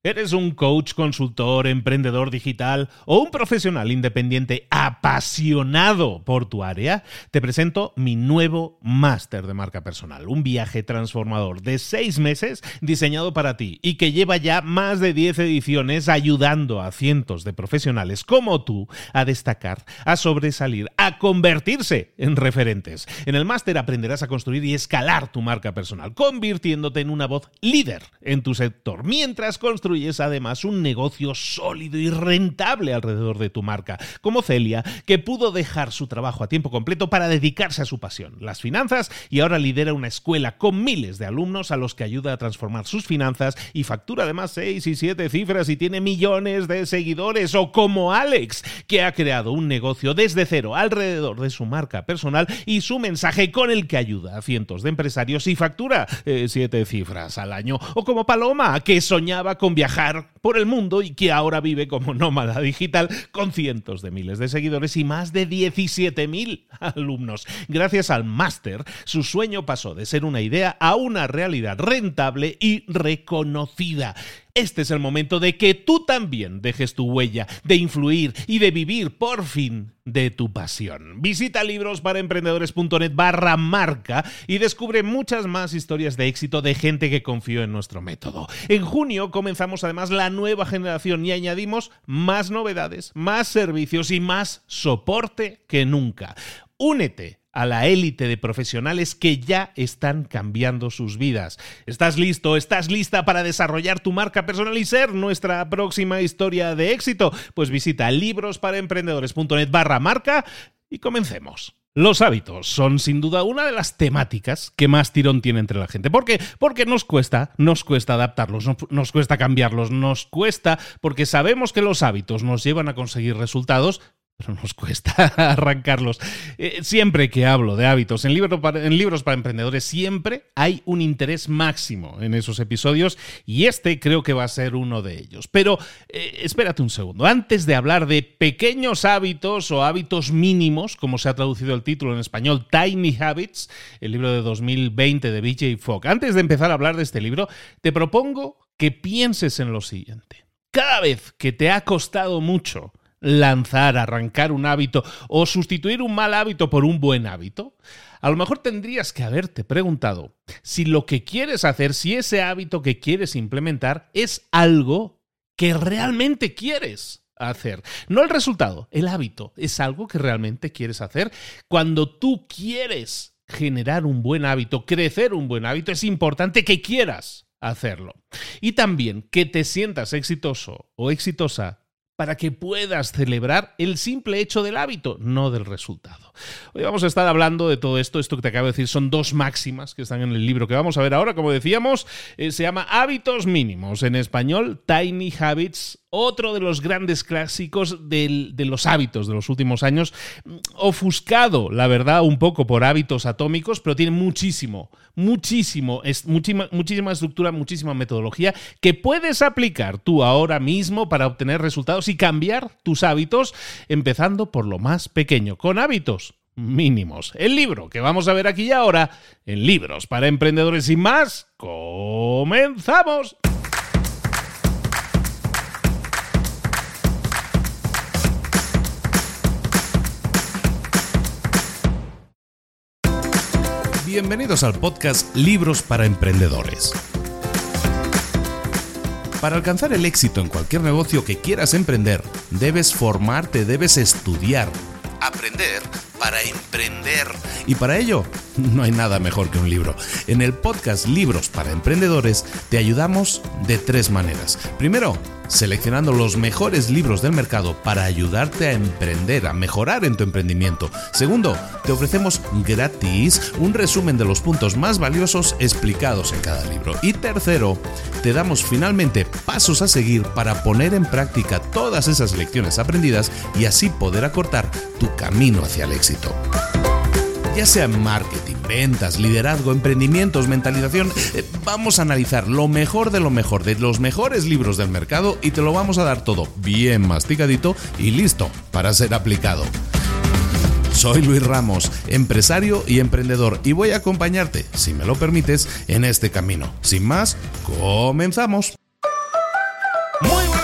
¿Eres un coach, consultor, emprendedor digital o un profesional independiente apasionado por tu área? Te presento mi nuevo máster de marca personal, un viaje transformador de 6 meses diseñado para ti y que lleva ya más de 10 ediciones ayudando a cientos de profesionales como tú a destacar, a sobresalir, a convertirse en referentes. En el máster aprenderás a construir y escalar tu marca personal, convirtiéndote en una voz líder en tu sector, mientras construyes además un negocio sólido y rentable alrededor de tu marca, como Celia, que pudo dejar su trabajo a tiempo completo para dedicarse a su pasión, las finanzas, y ahora lidera una escuela con miles de alumnos a los que ayuda a transformar sus finanzas y factura además 6 y 7 cifras y tiene millones de seguidores. O como Alex, que ha creado un negocio desde cero alrededor de su marca personal y su mensaje, con el que ayuda a cientos de empresarios y factura 7 cifras al año. O como Paloma, que soñaba con viajar por el mundo y que ahora vive como nómada digital con cientos de miles de seguidores y más de 17.000 alumnos. Gracias al máster, su sueño pasó de ser una idea a una realidad rentable y reconocida. Este es el momento de que tú también dejes tu huella, de influir y de vivir por fin de tu pasión. Visita librosparaemprendedores.net/marca y descubre muchas más historias de éxito de gente que confió en nuestro método. En junio comenzamos además la nueva generación y añadimos más novedades, más servicios y más soporte que nunca. Únete a la élite de profesionales que ya están cambiando sus vidas. ¿Estás listo? ¿Estás lista para desarrollar tu marca personal y ser nuestra próxima historia de éxito? Pues visita librosparaemprendedores.net/marca y comencemos. Los hábitos son sin duda una de las temáticas que más tirón tiene entre la gente. ¿Por qué? Porque nos cuesta adaptarlos, nos cuesta cambiarlos, nos cuesta porque sabemos que los hábitos nos llevan a conseguir resultados, pero nos cuesta arrancarlos. Siempre que hablo de hábitos en libros para emprendedores, siempre hay un interés máximo en esos episodios y este creo que va a ser uno de ellos. Pero espérate un segundo. Antes de hablar de pequeños hábitos o hábitos mínimos, como se ha traducido el título en español, Tiny Habits, el libro de 2020 de BJ Fogg, antes de empezar a hablar de este libro, te propongo que pienses en lo siguiente. Cada vez que te ha costado mucho lanzar, arrancar un hábito o sustituir un mal hábito por un buen hábito, a lo mejor tendrías que haberte preguntado si lo que quieres hacer, si ese hábito que quieres implementar es algo que realmente quieres hacer. No el resultado, el hábito es algo que realmente quieres hacer. Cuando tú quieres generar un buen hábito, crecer un buen hábito, es importante que quieras hacerlo. Y también que te sientas exitoso o exitosa para que puedas celebrar el simple hecho del hábito, no del resultado. Hoy vamos a estar hablando de todo esto. Esto que te acabo de decir son 2 máximas que están en el libro que vamos a ver ahora. Como decíamos, se llama Hábitos Mínimos. En español, Tiny Habits, otro de los grandes clásicos de los hábitos de los últimos años, ofuscado, la verdad, un poco por Hábitos Atómicos, pero tiene muchísima estructura, muchísima metodología que puedes aplicar tú ahora mismo para obtener resultados y cambiar tus hábitos, empezando por lo más pequeño, con hábitos mínimos. El libro que vamos a ver aquí y ahora, en Libros para Emprendedores y más, ¡comenzamos! Bienvenidos al podcast Libros para Emprendedores. Para alcanzar el éxito en cualquier negocio que quieras emprender, debes formarte, debes estudiar, aprender para emprender. Y para ello, no hay nada mejor que un libro. En el podcast Libros para Emprendedores te ayudamos de 3 maneras. Primero, seleccionando los mejores libros del mercado para ayudarte a emprender, a mejorar en tu emprendimiento. Segundo, te ofrecemos gratis un resumen de los puntos más valiosos explicados en cada libro. Y tercero, te damos finalmente pasos a seguir para poner en práctica todas esas lecciones aprendidas y así poder acortar tu camino hacia el éxito. Ya sea en marketing, ventas, liderazgo, emprendimientos, mentalización, vamos a analizar lo mejor de los mejores libros del mercado y te lo vamos a dar todo bien masticadito y listo para ser aplicado. Soy Luis Ramos, empresario y emprendedor, y voy a acompañarte, si me lo permites, en este camino. Sin más, comenzamos.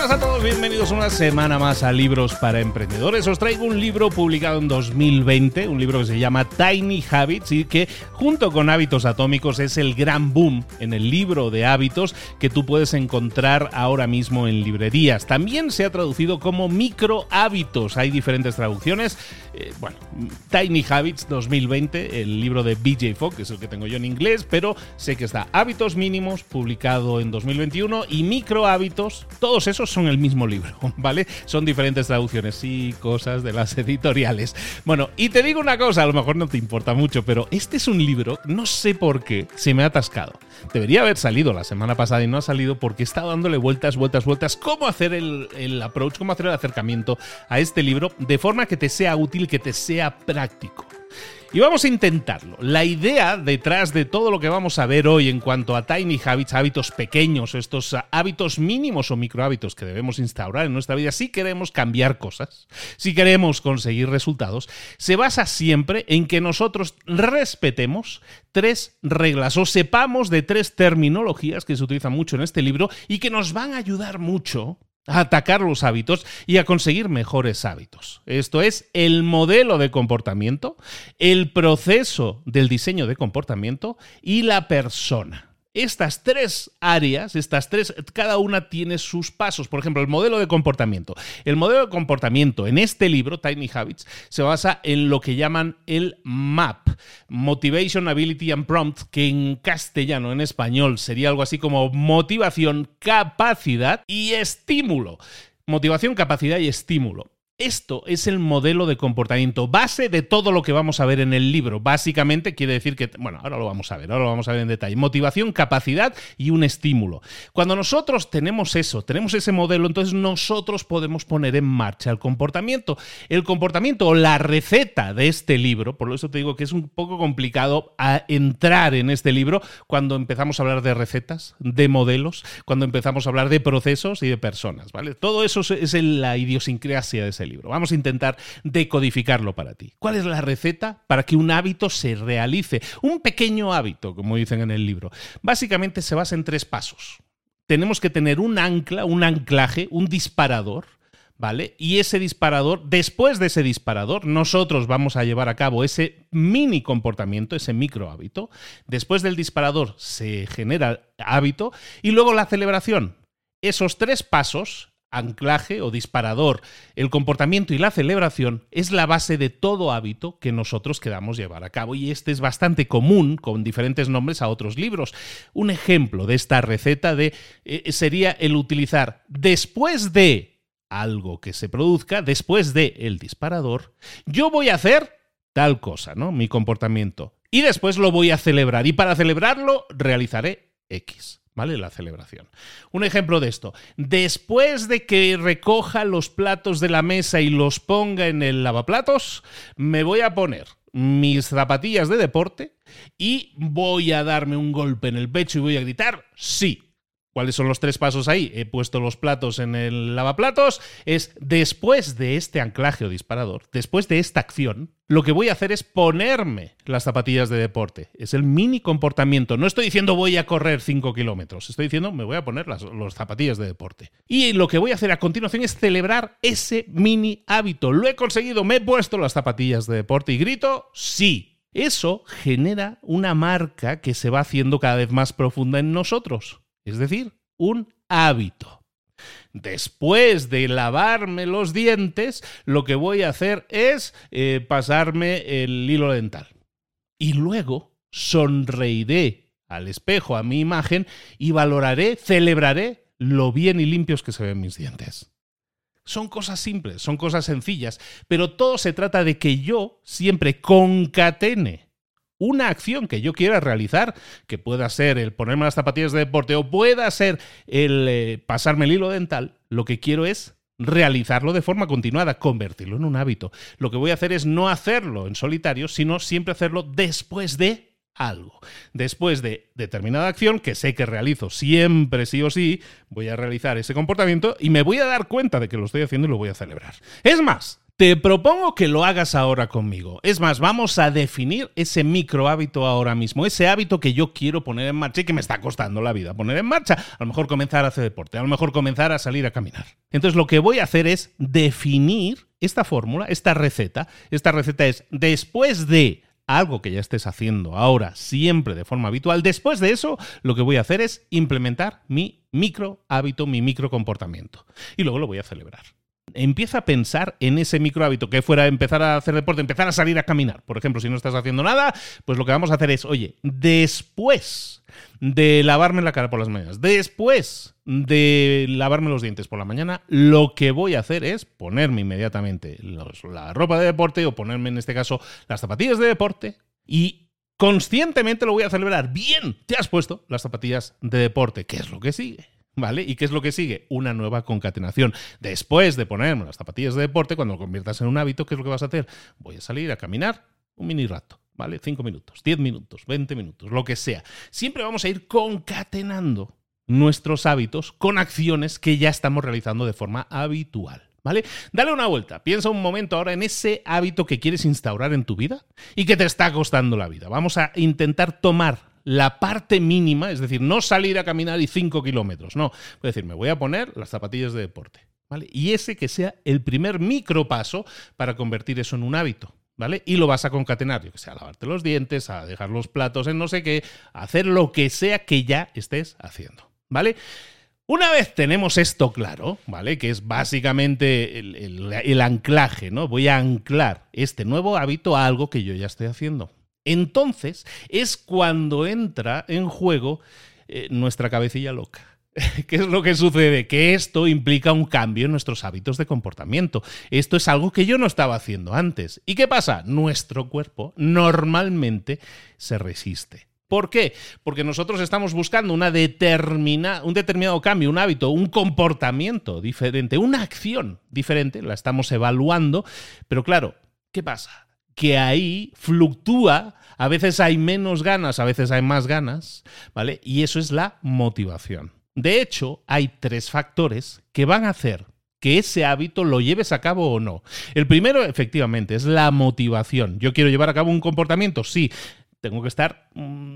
buenas a todos, bienvenidos una semana más a Libros para Emprendedores. Os traigo un libro publicado en 2020, un libro que se llama Tiny Habits y que junto con Hábitos Atómicos es el gran boom en el libro de hábitos que tú puedes encontrar ahora mismo en librerías. También se ha traducido como Micro Hábitos, hay diferentes traducciones. Tiny Habits 2020, el libro de BJ Fogg, que es el que tengo yo en inglés, pero sé que está Hábitos Mínimos, publicado en 2021, y Micro Hábitos, todos esos son el mismo libro, ¿vale? Son diferentes traducciones y cosas de las editoriales. Bueno, y te digo una cosa, a lo mejor no te importa mucho, pero este es un libro, no sé por qué, se me ha atascado. Debería haber salido la semana pasada y no ha salido porque he estado dándole vueltas, cómo hacer el approach, cómo hacer el acercamiento a este libro de forma que te sea útil, que te sea práctico. Y vamos a intentarlo. La idea detrás de todo lo que vamos a ver hoy en cuanto a Tiny Habits, hábitos pequeños, estos hábitos mínimos o micro hábitos que debemos instaurar en nuestra vida si queremos cambiar cosas, si queremos conseguir resultados, se basa siempre en que nosotros respetemos 3 reglas o sepamos de 3 terminologías que se utilizan mucho en este libro y que nos van a ayudar mucho a atacar los hábitos y a conseguir mejores hábitos. Esto es el modelo de comportamiento, el proceso del diseño de comportamiento y la persona. Estas 3 áreas, cada una tiene sus pasos. Por ejemplo, el modelo de comportamiento. El modelo de comportamiento en este libro, Tiny Habits, se basa en lo que llaman el MAP, Motivation, Ability and Prompt, que en castellano, en español, sería algo así como motivación, capacidad y estímulo. Motivación, capacidad y estímulo. Esto es el modelo de comportamiento, base de todo lo que vamos a ver en el libro. Básicamente quiere decir que, ahora lo vamos a ver en detalle. Motivación, capacidad y un estímulo. Cuando nosotros tenemos ese modelo, entonces nosotros podemos poner en marcha el comportamiento. El comportamiento o la receta de este libro, por eso te digo que es un poco complicado entrar en este libro cuando empezamos a hablar de recetas, de modelos, cuando empezamos a hablar de procesos y de personas, ¿vale? Todo eso es la idiosincrasia de ese libro. Vamos a intentar decodificarlo para ti. ¿Cuál es la receta para que un hábito se realice? Un pequeño hábito, como dicen en el libro. Básicamente se basa en 3 pasos. Tenemos que tener un ancla, un anclaje, un disparador, ¿vale? Y ese disparador, después de ese disparador, nosotros vamos a llevar a cabo ese mini comportamiento, ese micro hábito. Después del disparador se genera hábito y luego la celebración. Esos 3 pasos, anclaje o disparador, el comportamiento y la celebración, es la base de todo hábito que nosotros queramos llevar a cabo. Y este es bastante común, con diferentes nombres, a otros libros. Un ejemplo de esta receta sería el utilizar después de algo que se produzca, después de el disparador, yo voy a hacer tal cosa, ¿no? Mi comportamiento. Y después lo voy a celebrar. Y para celebrarlo realizaré X. ¿Vale? La celebración. Un ejemplo de esto. Después de que recoja los platos de la mesa y los ponga en el lavaplatos, me voy a poner mis zapatillas de deporte y voy a darme un golpe en el pecho y voy a gritar ¡sí! ¿Cuáles son los 3 pasos ahí? He puesto los platos en el lavaplatos. Es después de este anclaje o disparador, después de esta acción, lo que voy a hacer es ponerme las zapatillas de deporte. Es el mini comportamiento. No estoy diciendo voy a correr 5 kilómetros. Estoy diciendo me voy a poner las zapatillas de deporte. Y lo que voy a hacer a continuación es celebrar ese mini hábito. Lo he conseguido, me he puesto las zapatillas de deporte y grito ¡sí! Eso genera una marca que se va haciendo cada vez más profunda en nosotros. Es decir, un hábito. Después de lavarme los dientes, lo que voy a hacer es pasarme el hilo dental. Y luego sonreiré al espejo, a mi imagen, y valoraré, celebraré lo bien y limpios que se ven mis dientes. Son cosas simples, son cosas sencillas, pero todo se trata de que yo siempre concatene una acción que yo quiera realizar, que pueda ser el ponerme las zapatillas de deporte o pueda ser el pasarme el hilo dental. Lo que quiero es realizarlo de forma continuada, convertirlo en un hábito. Lo que voy a hacer es no hacerlo en solitario, sino siempre hacerlo después de algo. Después de determinada acción que sé que realizo siempre sí o sí, voy a realizar ese comportamiento y me voy a dar cuenta de que lo estoy haciendo y lo voy a celebrar. Es más, Te propongo que lo hagas ahora conmigo. Es más, vamos a definir ese micro hábito ahora mismo, ese hábito que yo quiero poner en marcha y que me está costando la vida poner en marcha. A lo mejor comenzar a hacer deporte, a lo mejor comenzar a salir a caminar. Entonces lo que voy a hacer es definir esta fórmula, esta receta. Esta receta es después de algo que ya estés haciendo ahora siempre de forma habitual. Después de eso, lo que voy a hacer es implementar mi micro hábito, mi micro comportamiento. Y luego lo voy a celebrar. Empieza a pensar en ese micro hábito que fuera empezar a hacer deporte, empezar a salir a caminar. Por ejemplo, si no estás haciendo nada, pues lo que vamos a hacer es, oye, después de lavarme la cara por las mañanas, después de lavarme los dientes por la mañana, lo que voy a hacer es ponerme inmediatamente la ropa de deporte o ponerme en este caso las zapatillas de deporte y conscientemente lo voy a celebrar. Bien, te has puesto las zapatillas de deporte. ¿Qué es lo que sigue? ¿Vale? ¿Y qué es lo que sigue? Una nueva concatenación. Después de ponerme las zapatillas de deporte, cuando lo conviertas en un hábito, ¿qué es lo que vas a hacer? Voy a salir a caminar un mini rato, ¿vale? 5 minutos, 10 minutos, 20 minutos, lo que sea. Siempre vamos a ir concatenando nuestros hábitos con acciones que ya estamos realizando de forma habitual, ¿vale? Dale una vuelta. Piensa un momento ahora en ese hábito que quieres instaurar en tu vida y que te está costando la vida. Vamos a intentar tomar la parte mínima, es decir, no salir a caminar y 5 kilómetros, no. Es decir, me voy a poner las zapatillas de deporte, ¿vale? Y ese que sea el primer micropaso para convertir eso en un hábito, ¿vale? Y lo vas a concatenar, yo que sé, a lavarte los dientes, a dejar los platos en no sé qué, a hacer lo que sea que ya estés haciendo, ¿vale? Una vez tenemos esto claro, ¿vale? Que es básicamente el anclaje, ¿no? Voy a anclar este nuevo hábito a algo que yo ya estoy haciendo. Entonces es cuando entra en juego nuestra cabecilla loca. ¿Qué es lo que sucede? Que esto implica un cambio en nuestros hábitos de comportamiento. Esto es algo que yo no estaba haciendo antes. ¿Y qué pasa? Nuestro cuerpo normalmente se resiste. ¿Por qué? Porque nosotros estamos buscando un determinado cambio, un hábito, un comportamiento diferente, una acción diferente, la estamos evaluando, pero claro, ¿qué pasa? Que ahí fluctúa, a veces hay menos ganas, a veces hay más ganas, ¿vale? Y eso es la motivación. De hecho, hay 3 factores que van a hacer que ese hábito lo lleves a cabo o no. El primero, efectivamente, es la motivación. ¿Yo quiero llevar a cabo un comportamiento? Sí. Tengo que estar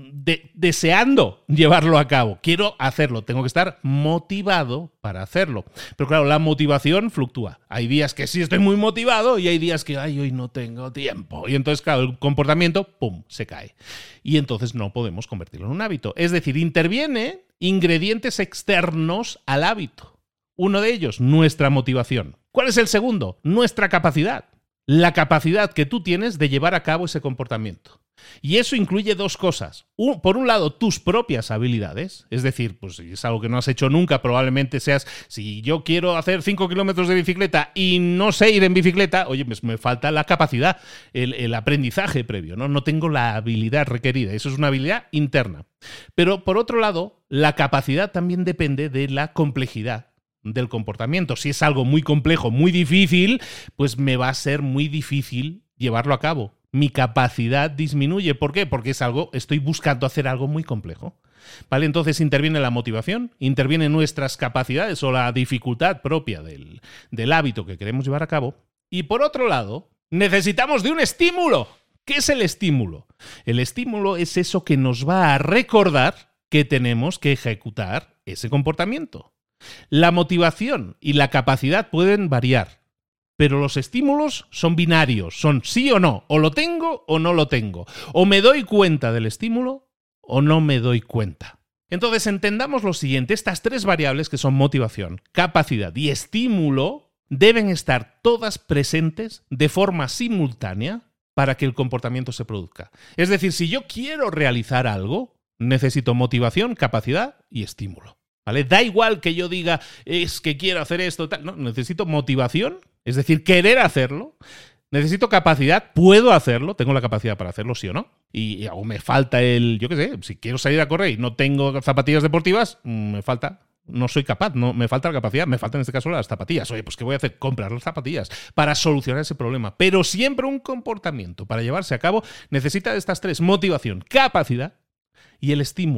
deseando llevarlo a cabo. Quiero hacerlo. Tengo que estar motivado para hacerlo. Pero claro, la motivación fluctúa. Hay días que sí estoy muy motivado y hay días que hoy no tengo tiempo. Y entonces, claro, el comportamiento, ¡pum!, se cae. Y entonces no podemos convertirlo en un hábito. Es decir, intervienen ingredientes externos al hábito. Uno de ellos, nuestra motivación. ¿Cuál es el segundo? Nuestra capacidad. La capacidad que tú tienes de llevar a cabo ese comportamiento. Y eso incluye 2 cosas. Por un lado, tus propias habilidades. Es decir, pues si es algo que no has hecho nunca, probablemente seas, si yo quiero hacer 5 kilómetros de bicicleta y no sé ir en bicicleta, oye, pues me falta la capacidad, el aprendizaje previo, ¿no? No tengo la habilidad requerida. Eso es una habilidad interna. Pero por otro lado, la capacidad también depende de la complejidad del comportamiento. Si es algo muy complejo, muy difícil, pues me va a ser muy difícil llevarlo a cabo. Mi capacidad disminuye. ¿Por qué? Porque estoy buscando hacer algo muy complejo. ¿Vale? Entonces interviene la motivación, intervienen nuestras capacidades o la dificultad propia del hábito que queremos llevar a cabo. Y por otro lado, necesitamos de un estímulo. ¿Qué es el estímulo? El estímulo es eso que nos va a recordar que tenemos que ejecutar ese comportamiento. La motivación y la capacidad pueden variar. Pero los estímulos son binarios, son sí o no, o lo tengo o no lo tengo. O me doy cuenta del estímulo o no me doy cuenta. Entonces entendamos lo siguiente, estas 3 variables que son motivación, capacidad y estímulo deben estar todas presentes de forma simultánea para que el comportamiento se produzca. Es decir, si yo quiero realizar algo, necesito motivación, capacidad y estímulo. ¿Vale? Da igual que yo diga, es que quiero hacer esto, tal. No, necesito motivación, es decir, querer hacerlo. Necesito capacidad, puedo hacerlo, tengo la capacidad para hacerlo, sí o no. Y aún me falta yo qué sé, si quiero salir a correr y no tengo zapatillas deportivas, me falta, no soy capaz, no, me falta la capacidad, me faltan en este caso las zapatillas. Oye, pues ¿qué voy a hacer? Comprar las zapatillas para solucionar ese problema. Pero siempre un comportamiento para llevarse a cabo necesita de estas 3, motivación, capacidad y el estímulo.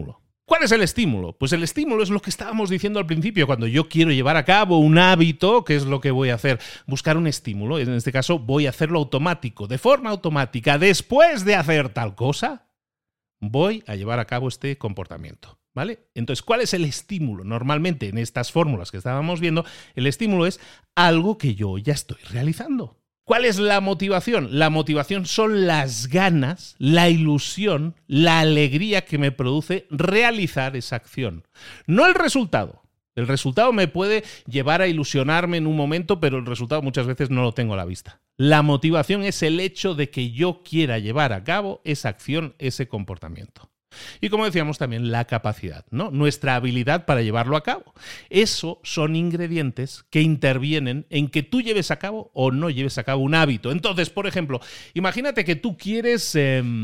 ¿Cuál es el estímulo? Pues el estímulo es lo que estábamos diciendo al principio, cuando yo quiero llevar a cabo un hábito, ¿qué es lo que voy a hacer? Buscar un estímulo, en este caso voy a hacerlo automático, de forma automática. Después de hacer tal cosa, voy a llevar a cabo este comportamiento, ¿vale? Entonces, ¿cuál es el estímulo? Normalmente en estas fórmulas que estábamos viendo, el estímulo es algo que yo ya estoy realizando. ¿Cuál es la motivación? La motivación son las ganas, la ilusión, la alegría que me produce realizar esa acción. No el resultado. El resultado me puede llevar a ilusionarme en un momento, pero el resultado muchas veces no lo tengo a la vista. La motivación es el hecho de que yo quiera llevar a cabo esa acción, ese comportamiento. Y como decíamos también, la capacidad, ¿no? Nuestra habilidad para llevarlo a cabo. Eso son ingredientes que intervienen en que tú lleves a cabo o no lleves a cabo un hábito. Entonces, por ejemplo, imagínate que tú quieres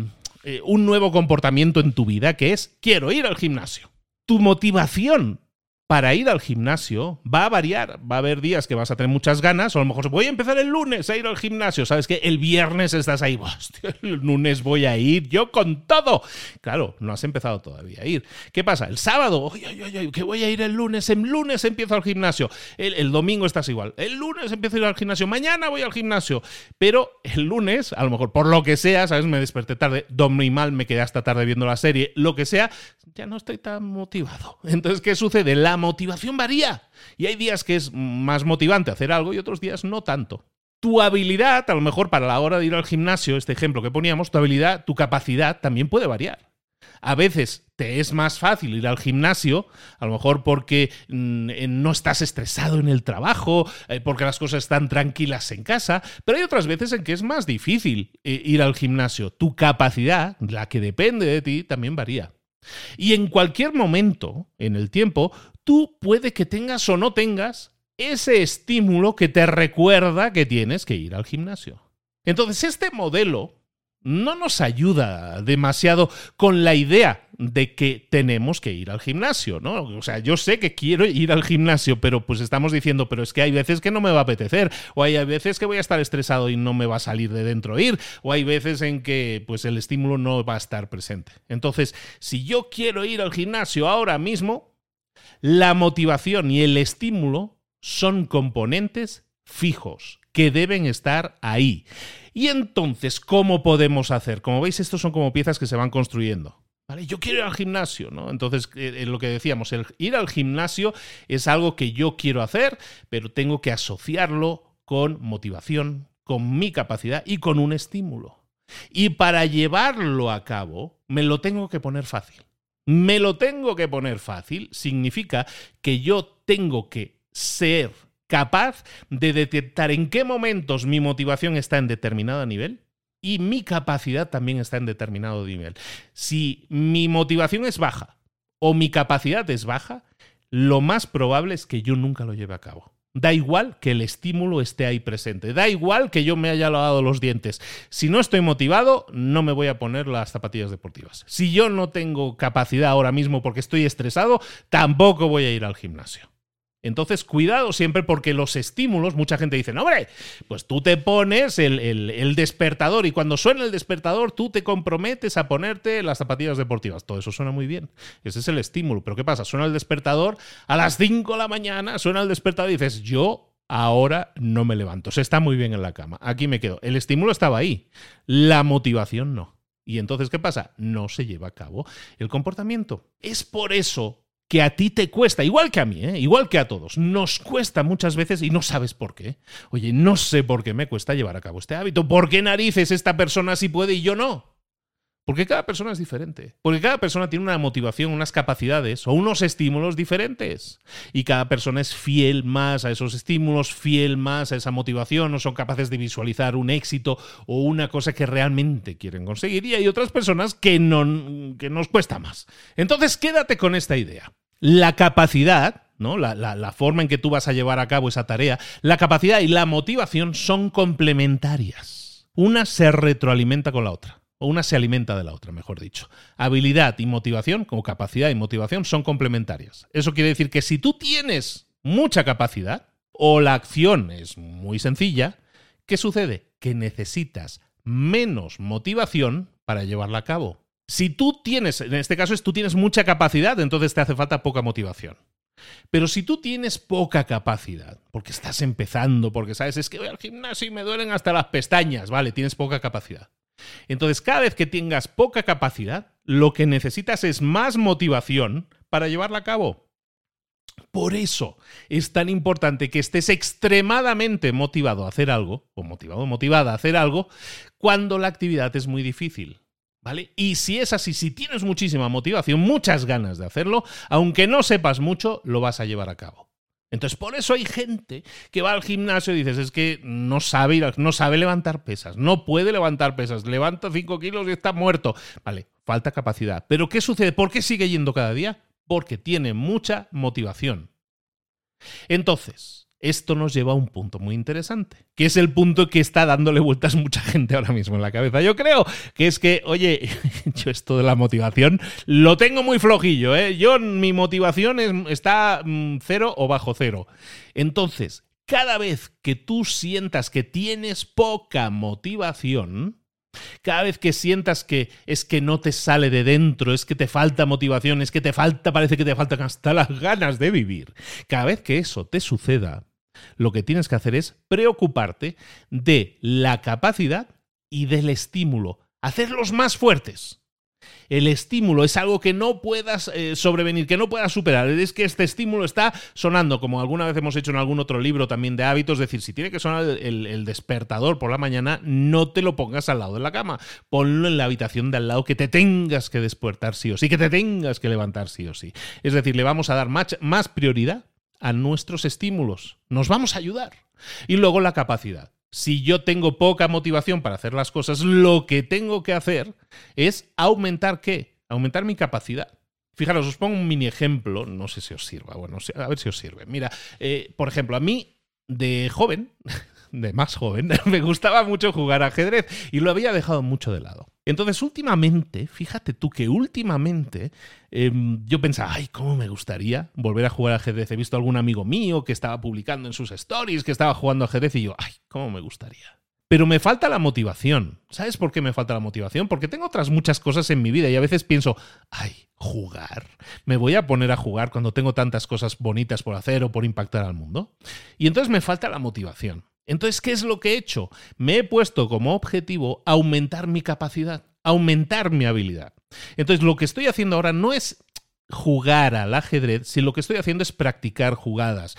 un nuevo comportamiento en tu vida, que es quiero ir al gimnasio. Tu motivación para ir al gimnasio va a variar. Va a haber días que vas a tener muchas ganas, o a lo mejor voy a empezar el lunes a ir al gimnasio. ¿Sabes qué? El viernes estás ahí, hostia, el lunes voy a ir yo con todo. Claro, no has empezado todavía a ir. ¿Qué pasa? El sábado, que voy a ir el lunes empiezo al gimnasio. El domingo estás igual. El lunes empiezo a ir al gimnasio, mañana voy al gimnasio. Pero el lunes, a lo mejor por lo que sea, ¿sabes? Me desperté tarde, dormí mal, me quedé hasta tarde viendo la serie, lo que sea, ya no estoy tan motivado. Entonces, ¿qué sucede? La motivación varía. Y hay días que es más motivante hacer algo y otros días no tanto. Tu habilidad, a lo mejor para la hora de ir al gimnasio, este ejemplo que poníamos, tu habilidad, tu capacidad también puede variar. A veces te es más fácil ir al gimnasio, a lo mejor porque no estás estresado en el trabajo, porque las cosas están tranquilas en casa, pero hay otras veces en que es más difícil ir al gimnasio. Tu capacidad, la que depende de ti, también varía. Y en cualquier momento, en el tiempo, tú puede que tengas o no tengas ese estímulo que te recuerda que tienes que ir al gimnasio. Entonces, este modelo no nos ayuda demasiado con la idea de que tenemos que ir al gimnasio, ¿no? O sea, yo sé que quiero ir al gimnasio, pero pues estamos diciendo, pero es que hay veces que no me va a apetecer, o hay veces que voy a estar estresado y no me va a salir de dentro ir, o hay veces en que pues el estímulo no va a estar presente. Entonces, si yo quiero ir al gimnasio ahora mismo, la motivación y el estímulo son componentes fijos que deben estar ahí. Y entonces, ¿cómo podemos hacer? Como veis, estos son como piezas que se van construyendo. ¿Vale? Yo quiero ir al gimnasio, ¿no? Entonces, lo que decíamos, el ir al gimnasio es algo que yo quiero hacer, pero tengo que asociarlo con motivación, con mi capacidad y con un estímulo. Y para llevarlo a cabo, me lo tengo que poner fácil. Me lo tengo que poner fácil significa que yo tengo que ser capaz de detectar en qué momentos mi motivación está en determinado nivel y mi capacidad también está en determinado nivel. Si mi motivación es baja o mi capacidad es baja, lo más probable es que yo nunca lo lleve a cabo. Da igual que el estímulo esté ahí presente. Da igual que yo me haya lavado los dientes. Si no estoy motivado, no me voy a poner las zapatillas deportivas. Si yo no tengo capacidad ahora mismo porque estoy estresado, tampoco voy a ir al gimnasio. Entonces, cuidado siempre porque los estímulos, mucha gente dice, no, hombre, pues tú te pones el despertador y cuando suena el despertador tú te comprometes a ponerte las zapatillas deportivas. Todo eso suena muy bien. Ese es el estímulo. Pero ¿qué pasa? Suena el despertador a las 5 de la mañana, suena el despertador y dices, yo ahora no me levanto. Se está muy bien en la cama. Aquí me quedo. El estímulo estaba ahí. La motivación no. Y entonces, ¿qué pasa? No se lleva a cabo el comportamiento. Es por eso que a ti te cuesta, igual que a mí, igual que a todos, nos cuesta muchas veces y no sabes por qué. Oye, no sé por qué me cuesta llevar a cabo este hábito. ¿Por qué narices esta persona sí puede y yo no? Porque cada persona es diferente. Porque cada persona tiene una motivación, unas capacidades o unos estímulos diferentes. Y cada persona es fiel más a esos estímulos, fiel más a esa motivación, o son capaces de visualizar un éxito o una cosa que realmente quieren conseguir. Y hay otras personas que nos cuesta más. Entonces, quédate con esta idea. La capacidad, ¿no? La forma en que tú vas a llevar a cabo esa tarea, la capacidad y la motivación son complementarias. Una se retroalimenta con la otra. O una se alimenta de la otra, mejor dicho. Habilidad y motivación, como capacidad y motivación, son complementarias. Eso quiere decir que si tú tienes mucha capacidad o la acción es muy sencilla, ¿qué sucede? Que necesitas menos motivación para llevarla a cabo. Si tú tienes, en este caso tú tienes mucha capacidad, entonces te hace falta poca motivación. Pero si tú tienes poca capacidad, porque estás empezando, porque sabes, es que voy al gimnasio y me duelen hasta las pestañas, vale, tienes poca capacidad. Entonces, cada vez que tengas poca capacidad, lo que necesitas es más motivación para llevarla a cabo. Por eso es tan importante que estés extremadamente motivado a hacer algo, o motivado o motivada a hacer algo, cuando la actividad es muy difícil. ¿Vale? Y si es así, si tienes muchísima motivación, muchas ganas de hacerlo, aunque no sepas mucho, lo vas a llevar a cabo. Entonces, por eso hay gente que va al gimnasio y dices, es que no sabe levantar pesas, no puede levantar pesas, levanta 5 kilos y está muerto. Vale, falta capacidad. ¿Pero qué sucede? ¿Por qué sigue yendo cada día? Porque tiene mucha motivación. Entonces, esto nos lleva a un punto muy interesante, que es el punto que está dándole vueltas mucha gente ahora mismo en la cabeza. Yo creo que es que, oye, yo esto de la motivación lo tengo muy flojillo, ¿eh? Mi motivación está 0 o bajo 0. Entonces, cada vez que tú sientas que tienes poca motivación, cada vez que sientas que es que no te sale de dentro, es que te falta motivación, es que parece que te faltan hasta las ganas de vivir, cada vez que eso te suceda, lo que tienes que hacer es preocuparte de la capacidad y del estímulo, hacerlos más fuertes. El estímulo es algo que no puedas sobrevenir, que no puedas superar. Es que este estímulo está sonando, como alguna vez hemos hecho en algún otro libro también de hábitos, es decir, si tiene que sonar el despertador por la mañana, no te lo pongas al lado de la cama. Ponlo en la habitación de al lado, que te tengas que despertar sí o sí, que te tengas que levantar sí o sí. Es decir, le vamos a dar más prioridad a nuestros estímulos. Nos vamos a ayudar. Y luego la capacidad. Si yo tengo poca motivación para hacer las cosas, lo que tengo que hacer es aumentar ¿qué? Aumentar mi capacidad. Fijaros, os pongo un mini ejemplo, no sé si os sirva, bueno, a ver si os sirve. Mira, por ejemplo, a mí de joven, de más joven, me gustaba mucho jugar ajedrez y lo había dejado mucho de lado. Entonces, últimamente, fíjate tú que últimamente yo pensaba, ay, cómo me gustaría volver a jugar ajedrez. He visto a algún amigo mío que estaba publicando en sus stories que estaba jugando ajedrez y yo, ay, cómo me gustaría. Pero me falta la motivación. ¿Sabes por qué me falta la motivación? Porque tengo otras muchas cosas en mi vida y a veces pienso, ay, jugar. ¿Me voy a poner a jugar cuando tengo tantas cosas bonitas por hacer o por impactar al mundo? Y entonces me falta la motivación. Entonces, ¿qué es lo que he hecho? Me he puesto como objetivo aumentar mi capacidad, aumentar mi habilidad. Entonces, lo que estoy haciendo ahora no es jugar al ajedrez, sino lo que estoy haciendo es practicar jugadas,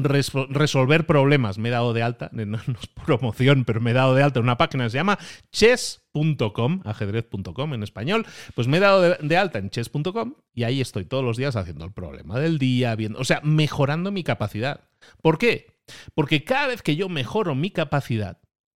resolver problemas. Me he dado de alta, no es promoción, pero me he dado de alta en una página que se llama chess.com, ajedrez.com en español, pues me he dado de alta en chess.com y ahí estoy todos los días haciendo el problema del día, mejorando mi capacidad. ¿Por qué? Porque cada vez que yo mejoro mi capacidad,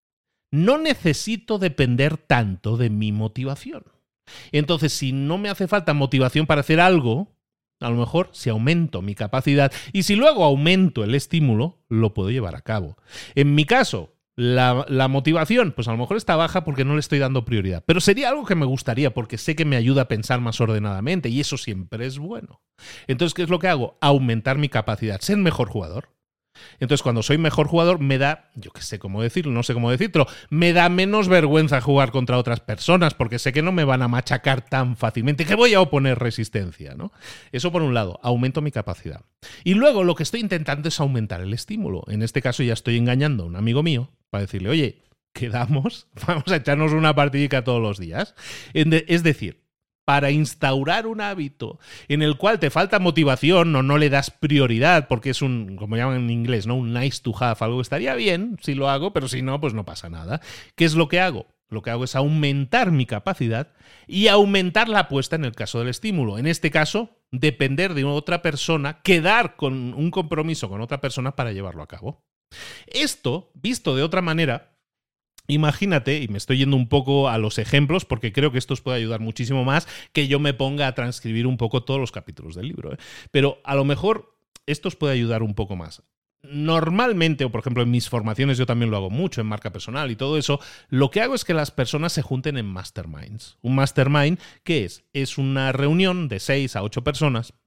no necesito depender tanto de mi motivación. Entonces, si no me hace falta motivación para hacer algo, a lo mejor si aumento mi capacidad y si luego aumento el estímulo, lo puedo llevar a cabo. En mi caso, la motivación, pues a lo mejor está baja porque no le estoy dando prioridad. Pero sería algo que me gustaría porque sé que me ayuda a pensar más ordenadamente y eso siempre es bueno. Entonces, ¿qué es lo que hago? Aumentar mi capacidad, ser mejor jugador. Entonces, cuando soy mejor jugador, me da, yo qué sé cómo decirlo, no sé cómo decirlo, me da menos vergüenza jugar contra otras personas porque sé que no me van a machacar tan fácilmente, que voy a oponer resistencia, ¿no? Eso por un lado, aumento mi capacidad. Y luego lo que estoy intentando es aumentar el estímulo. En este caso ya estoy engañando a un amigo mío para decirle, oye, quedamos, vamos a echarnos una partidica todos los días. Es decir, para instaurar un hábito en el cual te falta motivación o no le das prioridad, porque es como llaman en inglés, ¿no? Un nice to have, algo que estaría bien si lo hago, pero si no, pues no pasa nada. ¿Qué es lo que hago? Lo que hago es aumentar mi capacidad y aumentar la apuesta en el caso del estímulo. En este caso, depender de otra persona, quedar con un compromiso con otra persona para llevarlo a cabo. Esto, visto de otra manera, imagínate, y me estoy yendo un poco a los ejemplos porque creo que esto os puede ayudar muchísimo más que yo me ponga a transcribir un poco todos los capítulos del libro, ¿eh? Pero a lo mejor esto os puede ayudar un poco más. Normalmente, o por ejemplo en mis formaciones yo también lo hago mucho en marca personal y todo eso, lo que hago es que las personas se junten en masterminds. Un mastermind, ¿qué es? Es una reunión de 6 a 8 personas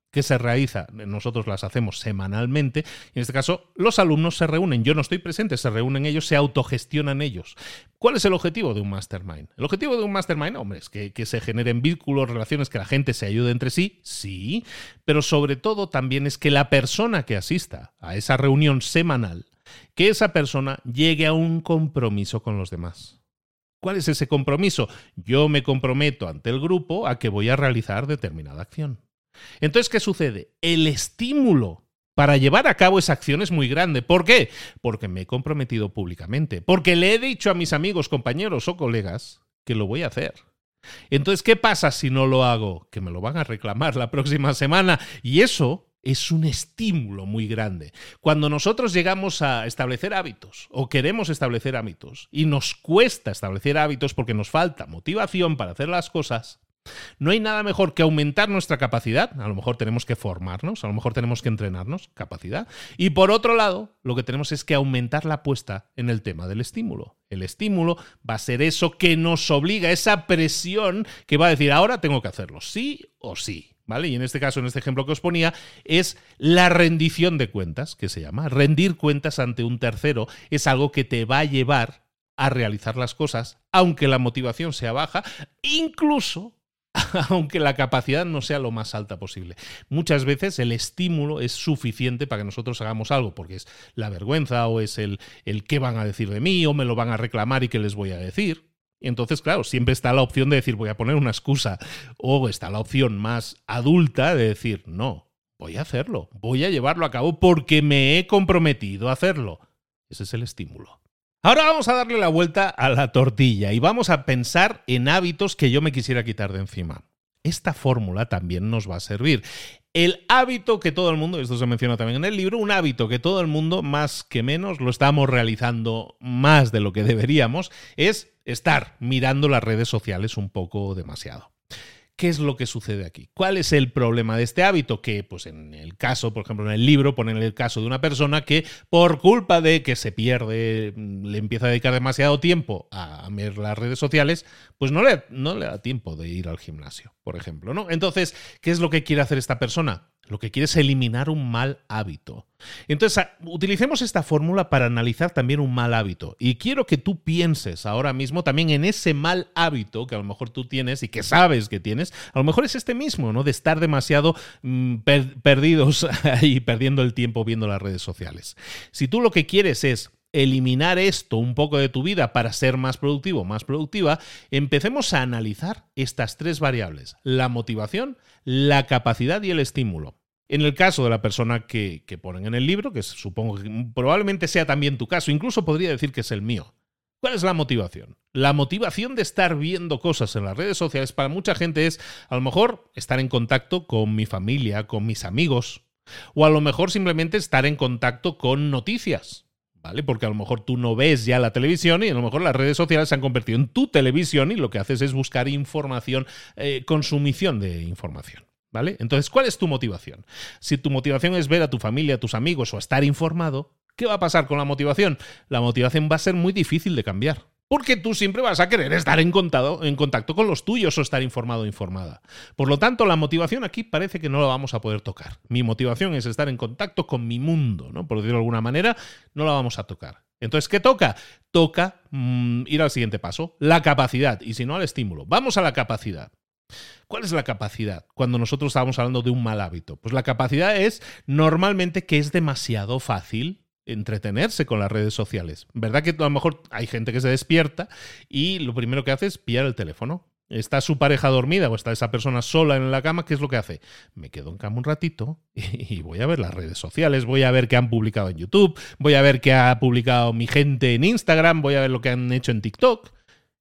que se realiza, nosotros las hacemos semanalmente, y en este caso los alumnos se reúnen, yo no estoy presente, se reúnen ellos, se autogestionan ellos. ¿Cuál es el objetivo de un mastermind? El objetivo de un mastermind, hombre, es que se generen vínculos, relaciones, que la gente se ayude entre sí, sí, pero sobre todo también es que la persona que asista a esa reunión semanal, que esa persona llegue a un compromiso con los demás. ¿Cuál es ese compromiso? Yo me comprometo ante el grupo a que voy a realizar determinada acción. Entonces, ¿qué sucede? El estímulo para llevar a cabo esa acción es muy grande. ¿Por qué? Porque me he comprometido públicamente. Porque le he dicho a mis amigos, compañeros o colegas que lo voy a hacer. Entonces, ¿qué pasa si no lo hago? Que me lo van a reclamar la próxima semana. Y eso es un estímulo muy grande. Cuando nosotros llegamos a establecer hábitos o queremos establecer hábitos y nos cuesta establecer hábitos porque nos falta motivación para hacer las cosas, no hay nada mejor que aumentar nuestra capacidad. A lo mejor tenemos que formarnos, a lo mejor tenemos que entrenarnos, capacidad. Y por otro lado, lo que tenemos es que aumentar la apuesta en el tema del estímulo. El estímulo va a ser eso que nos obliga, esa presión que va a decir, ahora tengo que hacerlo, sí o sí. ¿Vale? Y en este caso, en este ejemplo que os ponía, es la rendición de cuentas, que se llama. Rendir cuentas ante un tercero es algo que te va a llevar a realizar las cosas, aunque la motivación sea baja, incluso aunque la capacidad no sea lo más alta posible. Muchas veces el estímulo es suficiente para que nosotros hagamos algo, porque es la vergüenza o es el qué van a decir de mí o me lo van a reclamar y qué les voy a decir. Y entonces, claro, siempre está la opción de decir voy a poner una excusa, o está la opción más adulta de decir no, voy a hacerlo, voy a llevarlo a cabo porque me he comprometido a hacerlo. Ese es el estímulo. Ahora vamos a darle la vuelta a la tortilla y vamos a pensar en hábitos que yo me quisiera quitar de encima. Esta fórmula también nos va a servir. El hábito que todo el mundo, esto se menciona también en el libro, un hábito que todo el mundo, más que menos, lo estamos realizando más de lo que deberíamos, es estar mirando las redes sociales un poco demasiado. ¿Qué es lo que sucede aquí? ¿Cuál es el problema de este hábito? Que, pues en el caso, por ejemplo, en el libro ponen el caso de una persona que por culpa de que se pierde, le empieza a dedicar demasiado tiempo a ver las redes sociales, pues no le da tiempo de ir al gimnasio, por ejemplo, ¿no? Entonces, ¿qué es lo que quiere hacer esta persona? Lo que quiere es eliminar un mal hábito. Entonces, utilicemos esta fórmula para analizar también un mal hábito. Y quiero que tú pienses ahora mismo también en ese mal hábito que a lo mejor tú tienes y que sabes que tienes. A lo mejor es este mismo, ¿no? De estar demasiado perdidos ahí, perdiendo el tiempo viendo las redes sociales. Si tú lo que quieres es eliminar esto un poco de tu vida para ser más productivo, más productiva, empecemos a analizar estas tres variables: la motivación, la capacidad y el estímulo. En el caso de la persona que ponen en el libro, que supongo que probablemente sea también tu caso, incluso podría decir que es el mío. ¿Cuál es la motivación? La motivación de estar viendo cosas en las redes sociales para mucha gente es, a lo mejor, estar en contacto con mi familia, con mis amigos, o a lo mejor simplemente estar en contacto con noticias, ¿vale? Porque a lo mejor tú no ves ya la televisión y a lo mejor las redes sociales se han convertido en tu televisión y lo que haces es buscar información, consumición de información. ¿Vale? Entonces, ¿cuál es tu motivación? Si tu motivación es ver a tu familia, a tus amigos o estar informado, ¿qué va a pasar con la motivación? La motivación va a ser muy difícil de cambiar. Porque tú siempre vas a querer estar en contacto con los tuyos o estar informado o informada. Por lo tanto, la motivación aquí parece que no la vamos a poder tocar. Mi motivación es estar en contacto con mi mundo, ¿no? Por decirlo de alguna manera, no la vamos a tocar. Entonces, ¿qué toca? Toca ir al siguiente paso, la capacidad, y si no, al estímulo. Vamos a la capacidad. ¿Cuál es la capacidad cuando nosotros estamos hablando de un mal hábito? Pues la capacidad es normalmente que es demasiado fácil entretenerse con las redes sociales. ¿Verdad que a lo mejor hay gente que se despierta y lo primero que hace es pillar el teléfono? Está su pareja dormida o está esa persona sola en la cama, ¿qué es lo que hace? Me quedo en cama un ratito y voy a ver las redes sociales, voy a ver qué han publicado en YouTube, voy a ver qué ha publicado mi gente en Instagram, voy a ver lo que han hecho en TikTok.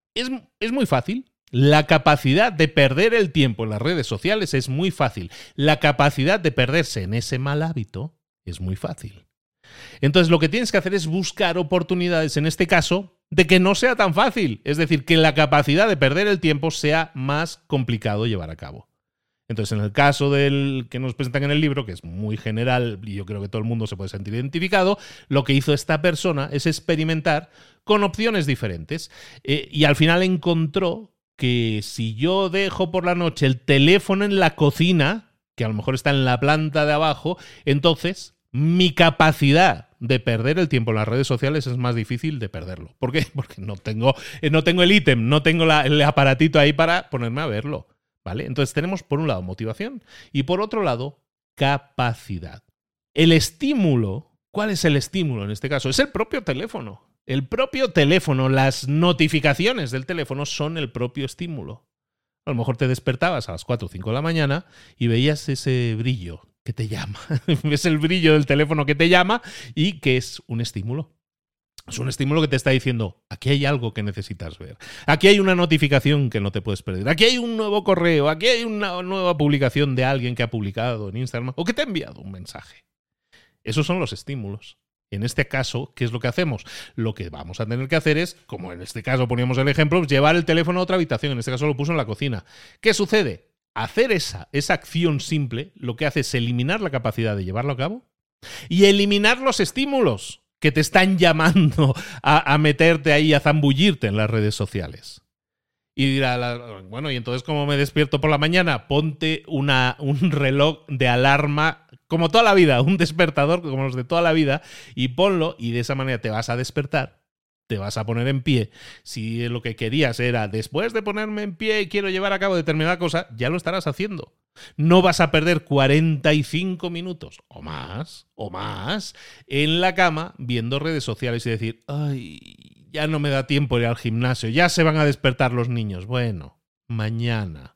Es muy fácil. La capacidad de perder el tiempo en las redes sociales es muy fácil. La capacidad de perderse en ese mal hábito es muy fácil. Entonces, lo que tienes que hacer es buscar oportunidades, en este caso, de que no sea tan fácil. Es decir, que la capacidad de perder el tiempo sea más complicado llevar a cabo. Entonces, en el caso del que nos presentan en el libro, que es muy general y yo creo que todo el mundo se puede sentir identificado, lo que hizo esta persona es experimentar con opciones diferentes. Y al final encontró que si yo dejo por la noche el teléfono en la cocina, que a lo mejor está en la planta de abajo, entonces mi capacidad de perder el tiempo en las redes sociales es más difícil de perderlo. ¿Por qué? Porque no tengo el ítem, no tengo el aparatito ahí para ponerme a verlo, ¿vale? Entonces tenemos por un lado motivación y por otro lado capacidad. El estímulo, ¿cuál es el estímulo en este caso? Es el propio teléfono. El propio teléfono, las notificaciones del teléfono son el propio estímulo. A lo mejor te despertabas a las 4 o 5 de la mañana y veías ese brillo que te llama. Es el brillo del teléfono que te llama y que es un estímulo. Es un estímulo que te está diciendo, aquí hay algo que necesitas ver. Aquí hay una notificación que no te puedes perder. Aquí hay un nuevo correo. Aquí hay una nueva publicación de alguien que ha publicado en Instagram o que te ha enviado un mensaje. Esos son los estímulos. En este caso, ¿qué es lo que hacemos? Lo que vamos a tener que hacer es, como en este caso poníamos el ejemplo, llevar el teléfono a otra habitación. En este caso lo puso en la cocina. ¿Qué sucede? Hacer esa acción simple lo que hace es eliminar la capacidad de llevarlo a cabo y eliminar los estímulos que te están llamando a meterte ahí, a zambullirte en las redes sociales. Y dirá, bueno, ¿y entonces cómo me despierto por la mañana? Ponte un reloj de alarma como toda la vida, un despertador como los de toda la vida, y ponlo, y de esa manera te vas a despertar, te vas a poner en pie. Si lo que querías era, después de ponerme en pie y quiero llevar a cabo determinada cosa, ya lo estarás haciendo. No vas a perder 45 minutos o más en la cama viendo redes sociales y decir, ay, ya no me da tiempo ir al gimnasio, ya se van a despertar los niños. Bueno, mañana.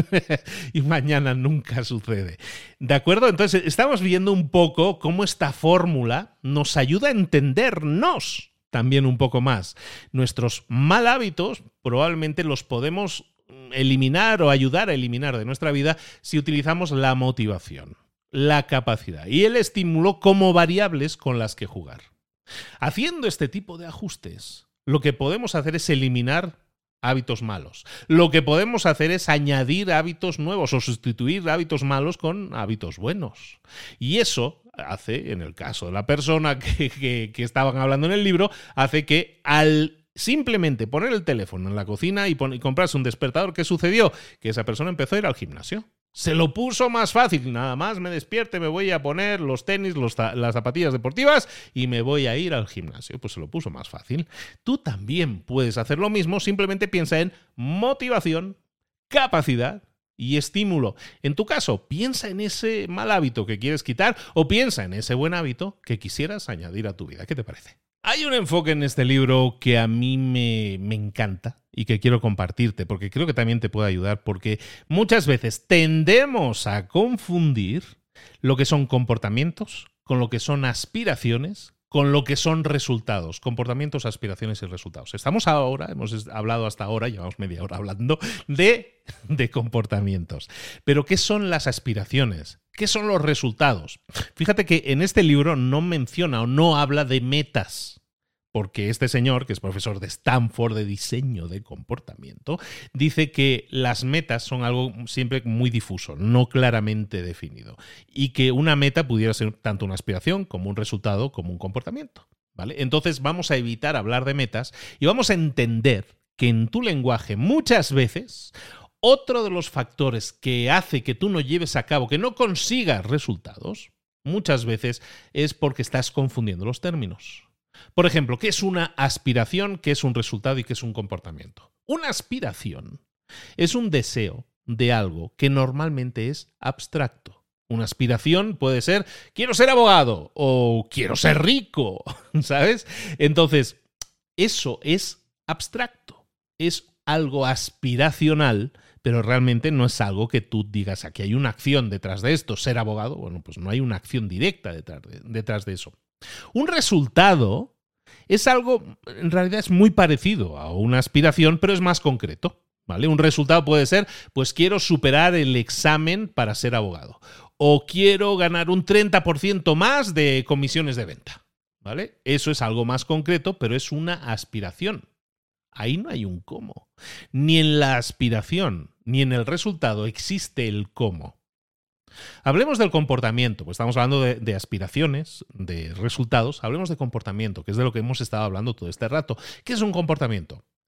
Y mañana nunca sucede. ¿De acuerdo? Entonces estamos viendo un poco cómo esta fórmula nos ayuda a entendernos también un poco más. Nuestros mal hábitos probablemente los podemos eliminar o ayudar a eliminar de nuestra vida si utilizamos la motivación, la capacidad y el estímulo como variables con las que jugar. Haciendo este tipo de ajustes, lo que podemos hacer es eliminar hábitos malos. Lo que podemos hacer es añadir hábitos nuevos o sustituir hábitos malos con hábitos buenos. Y eso hace, en el caso de la persona que estaban hablando en el libro, hace que al simplemente poner el teléfono en la cocina y comprarse un despertador, ¿qué sucedió? Que esa persona empezó a ir al gimnasio. Se lo puso más fácil. Nada más me despierte, me voy a poner los tenis, las zapatillas deportivas y me voy a ir al gimnasio. Pues se lo puso más fácil. Tú también puedes hacer lo mismo. Simplemente piensa en motivación, capacidad y estímulo. En tu caso, piensa en ese mal hábito que quieres quitar o piensa en ese buen hábito que quisieras añadir a tu vida. ¿Qué te parece? Hay un enfoque en este libro que a mí me encanta y que quiero compartirte porque creo que también te puede ayudar, porque muchas veces tendemos a confundir lo que son comportamientos con lo que son aspiraciones, con lo que son resultados, comportamientos, aspiraciones y resultados. Hemos hablado hasta ahora, llevamos media hora hablando de comportamientos. Pero ¿qué son las aspiraciones? ¿Qué son los resultados? Fíjate que en este libro no menciona o no habla de metas, porque este señor, que es profesor de Stanford de diseño de comportamiento, dice que las metas son algo siempre muy difuso, no claramente definido, y que una meta pudiera ser tanto una aspiración como un resultado como un comportamiento, ¿vale? Entonces vamos a evitar hablar de metas y vamos a entender que en tu lenguaje muchas veces otro de los factores que hace que tú no lleves a cabo, que no consigas resultados, muchas veces es porque estás confundiendo los términos. Por ejemplo, ¿qué es una aspiración, qué es un resultado y qué es un comportamiento? Una aspiración es un deseo de algo que normalmente es abstracto. Una aspiración puede ser quiero ser abogado o quiero ser rico, ¿sabes? Entonces, eso es abstracto, es algo aspiracional, pero realmente no es algo que tú digas aquí hay una acción detrás de esto, ser abogado. Bueno, pues no hay una acción directa detrás de eso. Un resultado es algo, en realidad es muy parecido a una aspiración, pero es más concreto, ¿vale? Un resultado puede ser, pues quiero superar el examen para ser abogado o quiero ganar un 30% más de comisiones de venta, ¿vale? Eso es algo más concreto, pero es una aspiración. Ahí no hay un cómo. Ni en la aspiración ni en el resultado existe el cómo. Hablemos del comportamiento, pues estamos hablando de aspiraciones, de resultados. Hablemos de comportamiento, que es de lo que hemos estado hablando todo este rato. ¿Qué es un comportamiento?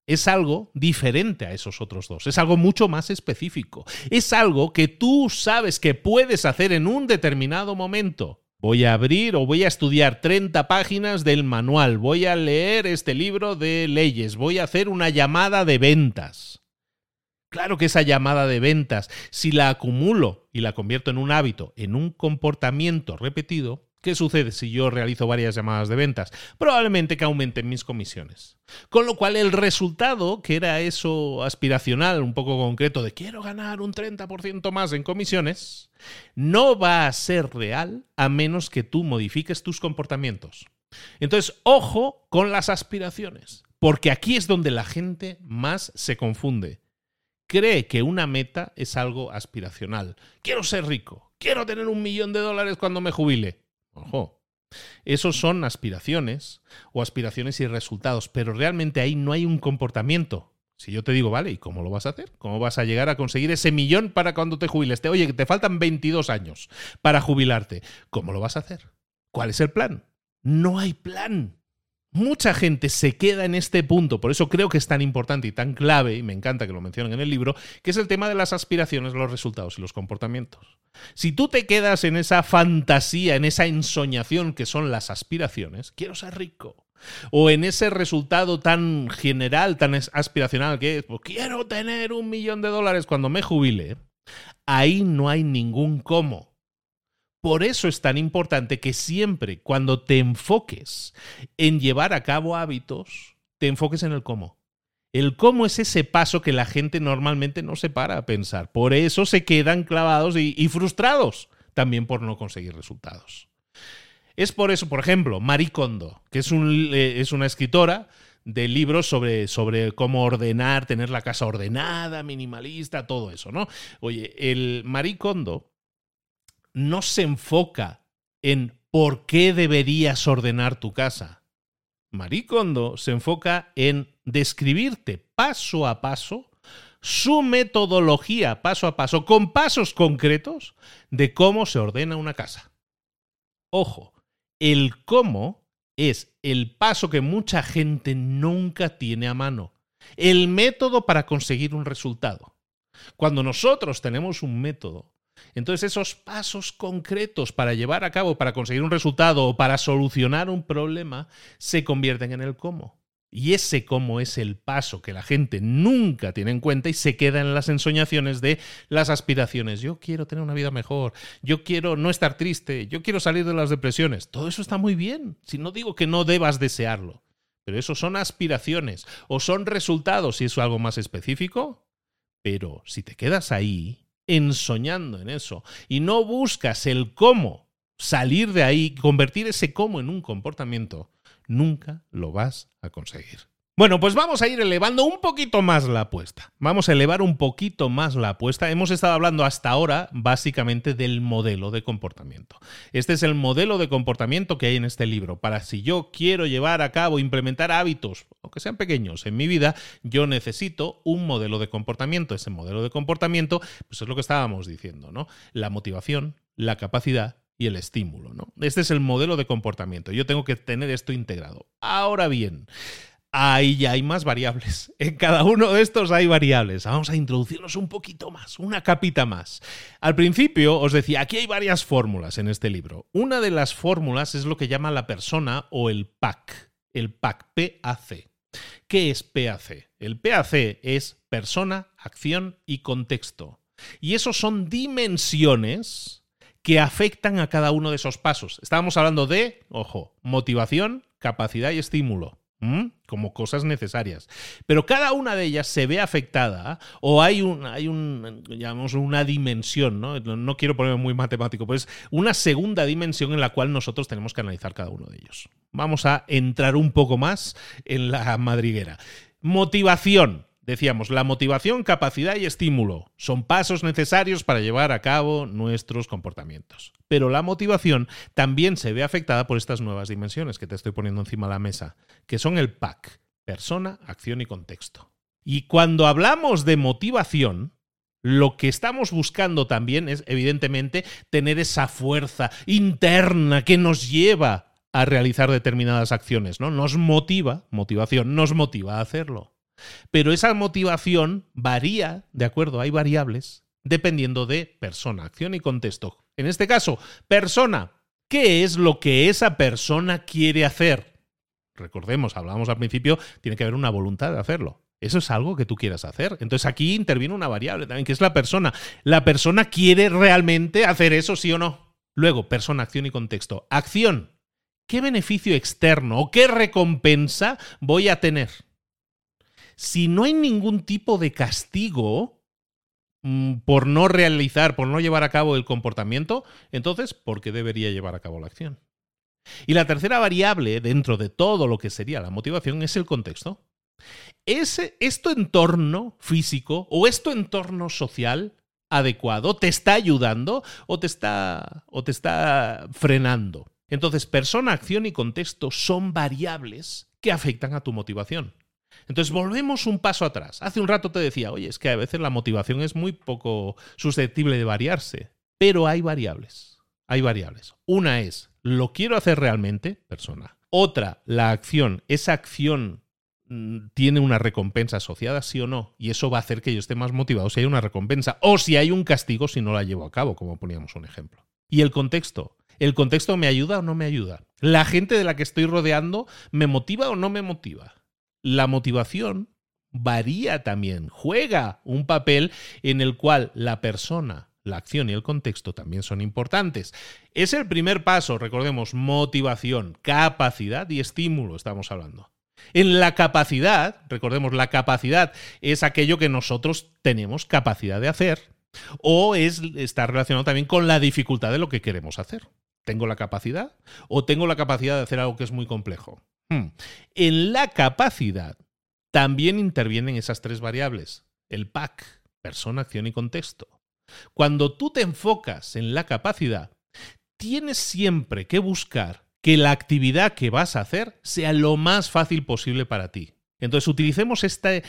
Es algo diferente a esos otros dos. Es algo mucho más específico. Es algo que tú sabes que puedes hacer en un determinado momento. Voy a abrir o voy a estudiar 30 páginas del manual. Voy a leer este libro de leyes. Voy a hacer una llamada de ventas. Claro que esa llamada de ventas, si la acumulo y la convierto en un hábito, en un comportamiento repetido, ¿qué sucede si yo realizo varias llamadas de ventas? Probablemente que aumenten mis comisiones. Con lo cual el resultado, que era eso aspiracional, un poco concreto, de quiero ganar un 30% más en comisiones, no va a ser real a menos que tú modifiques tus comportamientos. Entonces, ojo con las aspiraciones, porque aquí es donde la gente más se confunde. Cree que una meta es algo aspiracional. Quiero ser rico, quiero tener $1.000.000 cuando me jubile. Ojo, esos son aspiraciones o aspiraciones y resultados, pero realmente ahí no hay un comportamiento. Si yo te digo, vale, ¿y cómo lo vas a hacer? ¿Cómo vas a llegar a conseguir ese millón para cuando te jubiles? Oye, que te faltan 22 años para jubilarte. ¿Cómo lo vas a hacer? ¿Cuál es el plan? No hay plan. Mucha gente se queda en este punto, por eso creo que es tan importante y tan clave, y me encanta que lo mencionen en el libro, que es el tema de las aspiraciones, los resultados y los comportamientos. Si tú te quedas en esa fantasía, en esa ensoñación que son las aspiraciones, quiero ser rico, o en ese resultado tan general, tan aspiracional que es, pues quiero tener $1.000.000 cuando me jubile, ahí no hay ningún cómo. Por eso es tan importante que siempre, cuando te enfoques en llevar a cabo hábitos, te enfoques en el cómo. El cómo es ese paso que la gente normalmente no se para a pensar. Por eso se quedan clavados y frustrados también por no conseguir resultados. Es por eso, por ejemplo, Marie Kondo, que es una escritora de libros sobre cómo ordenar, tener la casa ordenada, minimalista, todo eso, ¿no? Oye, el Marie Kondo no se enfoca en por qué deberías ordenar tu casa. Marie Kondo se enfoca en describirte paso a paso su metodología paso a paso, con pasos concretos de cómo se ordena una casa. Ojo, el cómo es el paso que mucha gente nunca tiene a mano. El método para conseguir un resultado. Cuando nosotros tenemos un método, entonces esos pasos concretos para llevar a cabo, para conseguir un resultado o para solucionar un problema, se convierten en el cómo. Y ese cómo es el paso que la gente nunca tiene en cuenta y se queda en las ensoñaciones de las aspiraciones. Yo quiero tener una vida mejor, yo quiero no estar triste, yo quiero salir de las depresiones. Todo eso está muy bien, si no digo que no debas desearlo. Pero eso son aspiraciones o son resultados si es algo más específico. Pero si te quedas ahí ensoñando en eso y no buscas el cómo salir de ahí, convertir ese cómo en un comportamiento, nunca lo vas a conseguir. Bueno, pues vamos a ir elevando un poquito más la apuesta. Vamos a elevar un poquito más la apuesta. Hemos estado hablando hasta ahora básicamente del modelo de comportamiento. Este es el modelo de comportamiento que hay en este libro. Para si yo quiero llevar a cabo, implementar hábitos, aunque sean pequeños, en mi vida, yo necesito un modelo de comportamiento. Ese modelo de comportamiento, pues es lo que estábamos diciendo, ¿no? La motivación, la capacidad y el estímulo, ¿no? Este es el modelo de comportamiento. Yo tengo que tener esto integrado. Ahora bien, ahí ya hay más variables. En cada uno de estos hay variables. Vamos a introducirlos un poquito más, una capita más. Al principio os decía, aquí hay varias fórmulas en este libro. Una de las fórmulas es lo que llama la persona o el PAC. El PAC, P-A-C. ¿Qué es PAC? El PAC es persona, acción y contexto. Y esos son dimensiones que afectan a cada uno de esos pasos. Estábamos hablando de, ojo, motivación, capacidad y estímulo. Como cosas necesarias. Pero cada una de ellas se ve afectada o hay llamamos una dimensión, ¿no? No quiero ponerme muy matemático, pero es una segunda dimensión en la cual nosotros tenemos que analizar cada uno de ellos. Vamos a entrar un poco más en la madriguera. Motivación. Decíamos, la motivación, capacidad y estímulo son pasos necesarios para llevar a cabo nuestros comportamientos. Pero la motivación también se ve afectada por estas nuevas dimensiones que te estoy poniendo encima de la mesa, que son el PAC, persona, acción y contexto. Y cuando hablamos de motivación, lo que estamos buscando también es, evidentemente, tener esa fuerza interna que nos lleva a realizar determinadas acciones, ¿no? Nos motiva, motivación nos motiva a hacerlo. Pero esa motivación varía, ¿de acuerdo? Hay variables dependiendo de persona, acción y contexto. En este caso, persona. ¿Qué es lo que esa persona quiere hacer? Recordemos, hablábamos al principio, tiene que haber una voluntad de hacerlo. Eso es algo que tú quieras hacer. Entonces aquí interviene una variable también, que es la persona. ¿La persona quiere realmente hacer eso, sí o no? Luego, persona, acción y contexto. Acción. ¿Qué beneficio externo o qué recompensa voy a tener? Si no hay ningún tipo de castigo por no realizar, por no llevar a cabo el comportamiento, entonces, ¿por qué debería llevar a cabo la acción? Y la tercera variable dentro de todo lo que sería la motivación es el contexto. ¿Es tu entorno físico o es tu entorno social adecuado? ¿Te está ayudando o te está frenando? Entonces, persona, acción y contexto son variables que afectan a tu motivación. Entonces, volvemos un paso atrás. Hace un rato te decía, oye, es que a veces la motivación es muy poco susceptible de variarse, pero hay variables. Hay variables. Una es, ¿lo quiero hacer realmente? Persona. Otra, la acción. Esa acción tiene una recompensa asociada, sí o no, y eso va a hacer que yo esté más motivado si hay una recompensa o si hay un castigo si no la llevo a cabo, como poníamos un ejemplo. Y el contexto. ¿El contexto me ayuda o no me ayuda? ¿La gente de la que estoy rodeando me motiva o no me motiva? La motivación varía también, juega un papel en el cual la persona, la acción y el contexto también son importantes. Es el primer paso, recordemos, motivación, capacidad y estímulo, estamos hablando. En la capacidad, recordemos, la capacidad es aquello que nosotros tenemos capacidad de hacer o está relacionado también con la dificultad de lo que queremos hacer. ¿Tengo la capacidad o tengo la capacidad de hacer algo que es muy complejo? En la capacidad también intervienen esas tres variables. El PAC, persona, acción y contexto. Cuando tú te enfocas en la capacidad, tienes siempre que buscar que la actividad que vas a hacer sea lo más fácil posible para ti. Entonces utilicemos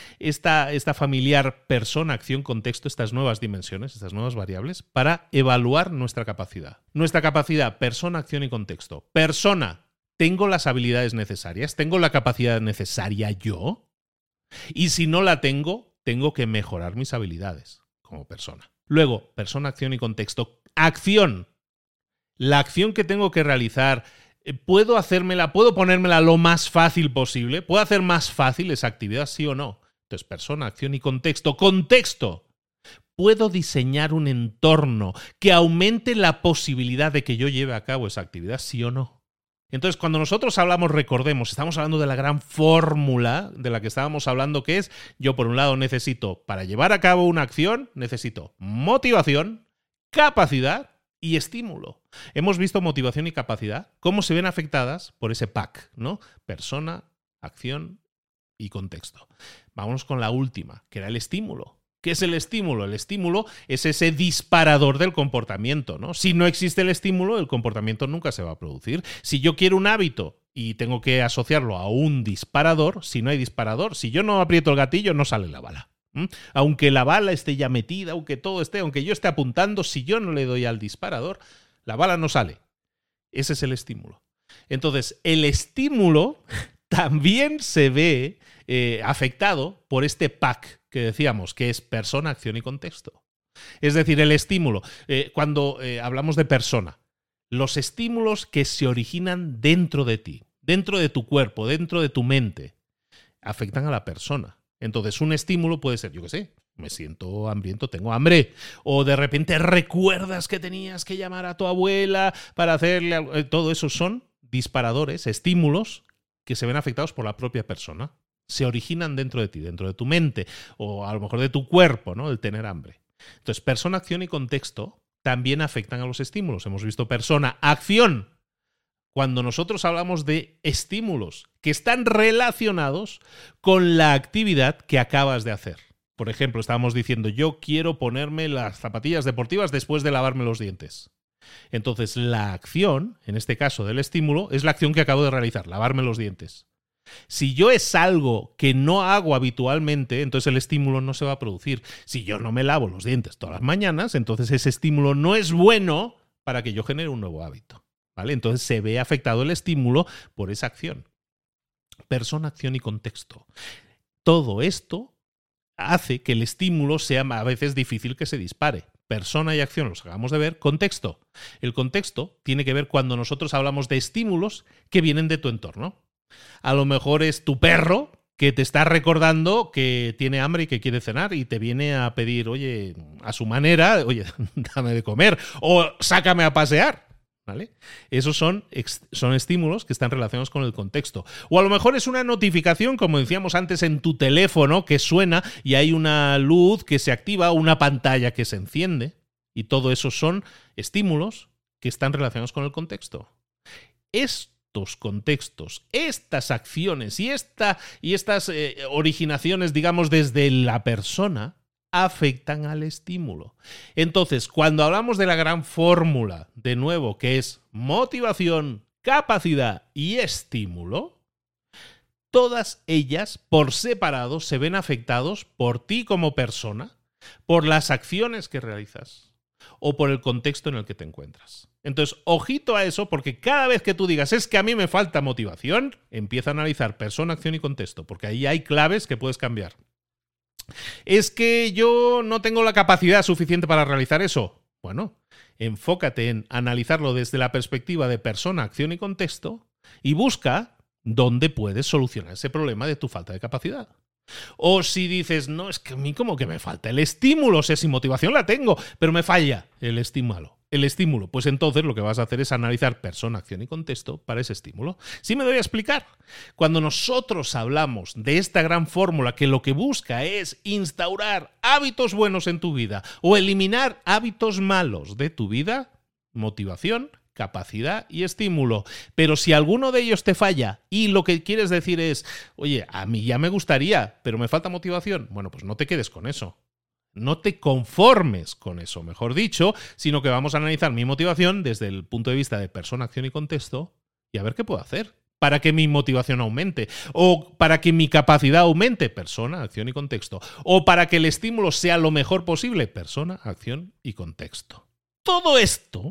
esta familiar persona, acción, contexto, estas nuevas dimensiones, estas nuevas variables, para evaluar nuestra capacidad. Nuestra capacidad, persona, acción y contexto. Persona, ¿tengo las habilidades necesarias? ¿Tengo la capacidad necesaria yo? Y si no la tengo, tengo que mejorar mis habilidades como persona. Luego, persona, acción y contexto. Acción. La acción que tengo que realizar, ¿puedo ponérmela lo más fácil posible? ¿Puedo hacer más fácil esa actividad, sí o no? Entonces, persona, acción y contexto. Contexto. ¿Puedo diseñar un entorno que aumente la posibilidad de que yo lleve a cabo esa actividad, sí o no? Entonces, cuando nosotros hablamos, recordemos, estamos hablando de la gran fórmula de la que estábamos hablando, que es, yo por un lado necesito, para llevar a cabo una acción, necesito motivación, capacidad y estímulo. Hemos visto motivación y capacidad, cómo se ven afectadas por ese PAC, ¿no? Persona, acción y contexto. Vámonos con la última, que era el estímulo. ¿Qué es el estímulo? El estímulo es ese disparador del comportamiento, ¿no? Si no existe el estímulo, el comportamiento nunca se va a producir. Si yo quiero un hábito y tengo que asociarlo a un disparador, si no hay disparador, si yo no aprieto el gatillo, no sale la bala. Aunque la bala esté ya metida, aunque todo esté, aunque yo esté apuntando, si yo no le doy al disparador, la bala no sale. Ese es el estímulo. Entonces, el estímulo también se ve afectado por este PAC que decíamos, que es persona, acción y contexto. Es decir, el estímulo. Cuando hablamos de persona, los estímulos que se originan dentro de ti, dentro de tu cuerpo, dentro de tu mente, afectan a la persona. Entonces, un estímulo puede ser, yo qué sé, me siento hambriento, tengo hambre. O de repente recuerdas que tenías que llamar a tu abuela para hacerle algo. Todo eso son disparadores, estímulos que se ven afectados por la propia persona. Se originan dentro de ti, dentro de tu mente, o a lo mejor de tu cuerpo, ¿no? El tener hambre. Entonces, persona, acción y contexto también afectan a los estímulos. Hemos visto persona, acción. Cuando nosotros hablamos de estímulos que están relacionados con la actividad que acabas de hacer. Por ejemplo, estábamos diciendo, yo quiero ponerme las zapatillas deportivas después de lavarme los dientes. Entonces, la acción, en este caso del estímulo, es la acción que acabo de realizar, lavarme los dientes. Si yo es algo que no hago habitualmente, entonces el estímulo no se va a producir. Si yo no me lavo los dientes todas las mañanas, entonces ese estímulo no es bueno para que yo genere un nuevo hábito, ¿vale? Entonces se ve afectado el estímulo por esa acción. Persona, acción y contexto. todo esto hace que el estímulo sea a veces difícil que se dispare. Persona y acción los acabamos de ver. Contexto. El contexto tiene que ver cuando nosotros hablamos de estímulos que vienen de tu entorno. A lo mejor es tu perro que te está recordando que tiene hambre y que quiere cenar y te viene a pedir, oye, a su manera, oye, dame de comer o sácame a pasear. ¿Vale? Esos son estímulos que están relacionados con el contexto. O a lo mejor es una notificación, como decíamos antes, en tu teléfono que suena y hay una luz que se activa, una pantalla que se enciende. Y todo eso son estímulos que están relacionados con el contexto. Estos contextos, estas acciones y estas originaciones, digamos, desde la persona, afectan al estímulo. Entonces, cuando hablamos de la gran fórmula, de nuevo, que es motivación, capacidad y estímulo, todas ellas por separado se ven afectados por ti como persona, por las acciones que realizas o por el contexto en el que te encuentras. Entonces, ojito a eso, porque cada vez que tú digas es que a mí me falta motivación, empieza a analizar persona, acción y contexto, porque ahí hay claves que puedes cambiar. ¿Es que yo no tengo la capacidad suficiente para realizar eso? Bueno, enfócate en analizarlo desde la perspectiva de persona, acción y contexto y busca dónde puedes solucionar ese problema de tu falta de capacidad. O si dices, no, es que a mí como que me falta el estímulo, o sea, si motivación la tengo, pero me falla el estímulo, pues entonces lo que vas a hacer es analizar persona, acción y contexto para ese estímulo. Sí me doy a explicar. Cuando nosotros hablamos de esta gran fórmula que lo que busca es instaurar hábitos buenos en tu vida o eliminar hábitos malos de tu vida, motivación, capacidad y estímulo. Pero si alguno de ellos te falla y lo que quieres decir es, oye, a mí ya me gustaría, pero me falta motivación, bueno, pues no te quedes con eso. No te conformes con eso, mejor dicho, sino que vamos a analizar mi motivación desde el punto de vista de persona, acción y contexto y a ver qué puedo hacer para que mi motivación aumente o para que mi capacidad aumente, persona, acción y contexto, o para que el estímulo sea lo mejor posible, persona, acción y contexto. Todo esto,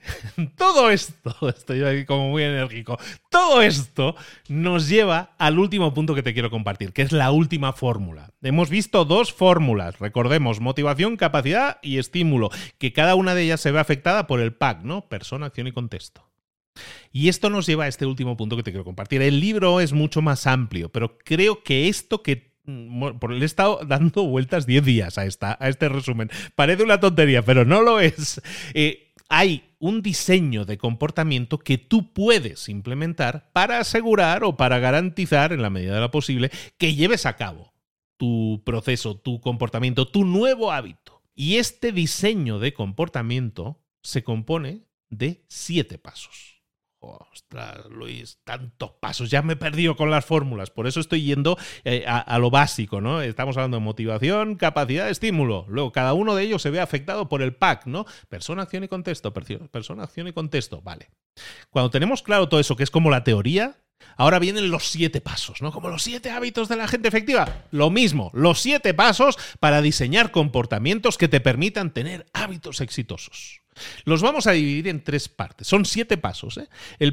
estoy aquí como muy enérgico, todo esto nos lleva al último punto que te quiero compartir, que es la última fórmula. Hemos visto dos fórmulas, recordemos, motivación, capacidad y estímulo, que cada una de ellas se ve afectada por el PAC, ¿no? Persona, acción y contexto. Y esto nos lleva a este último punto que te quiero compartir. El libro es mucho más amplio, pero creo que esto que le he estado dando vueltas 10 días a este resumen. Parece una tontería, pero no lo es. Hay un diseño de comportamiento que tú puedes implementar para asegurar o para garantizar, en la medida de lo posible, que lleves a cabo tu proceso, tu comportamiento, tu nuevo hábito. Y este diseño de comportamiento se compone de 7 pasos. Ostras, Luis, tantos pasos, ya me he perdido con las fórmulas, por eso estoy yendo a lo básico, ¿no? Estamos hablando de motivación, capacidad, estímulo. Luego, cada uno de ellos se ve afectado por el PAC, ¿no? Persona, acción y contexto, persona, acción y contexto, vale. Cuando tenemos claro todo eso, que es como la teoría, ahora vienen los 7 pasos, ¿no? Como los 7 hábitos de la gente efectiva. Lo mismo, los 7 pasos para diseñar comportamientos que te permitan tener hábitos exitosos. Los vamos a dividir en 3 partes. Son 7 pasos, ¿eh?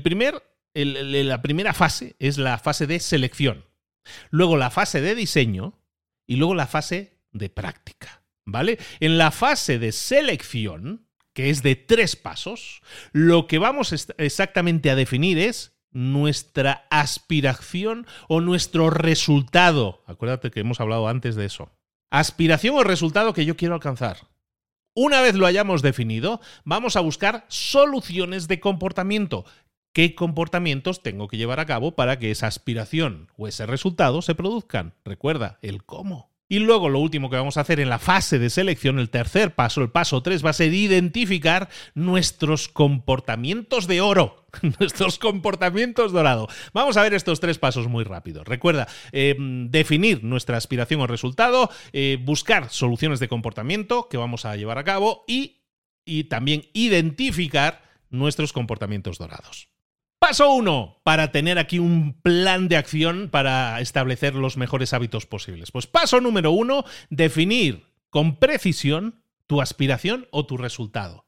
La primera fase es la fase de selección. Luego la fase de diseño y luego la fase de práctica, ¿vale? En la fase de selección, que es de 3 pasos, lo que vamos exactamente a definir es nuestra aspiración o nuestro resultado. Acuérdate que hemos hablado antes de eso. Aspiración o resultado que yo quiero alcanzar. Una vez lo hayamos definido, vamos a buscar soluciones de comportamiento. ¿Qué comportamientos tengo que llevar a cabo para que esa aspiración o ese resultado se produzcan? Recuerda, el cómo. Y luego lo último que vamos a hacer en la fase de selección, el tercer paso, el paso 3, va a ser identificar nuestros comportamientos de oro, nuestros comportamientos dorados. Vamos a ver estos 3 pasos muy rápido. Recuerda, definir nuestra aspiración o resultado, buscar soluciones de comportamiento que vamos a llevar a cabo y también identificar nuestros comportamientos dorados. Paso 1, para tener aquí un plan de acción para establecer los mejores hábitos posibles. Pues paso número 1, definir con precisión tu aspiración o tu resultado.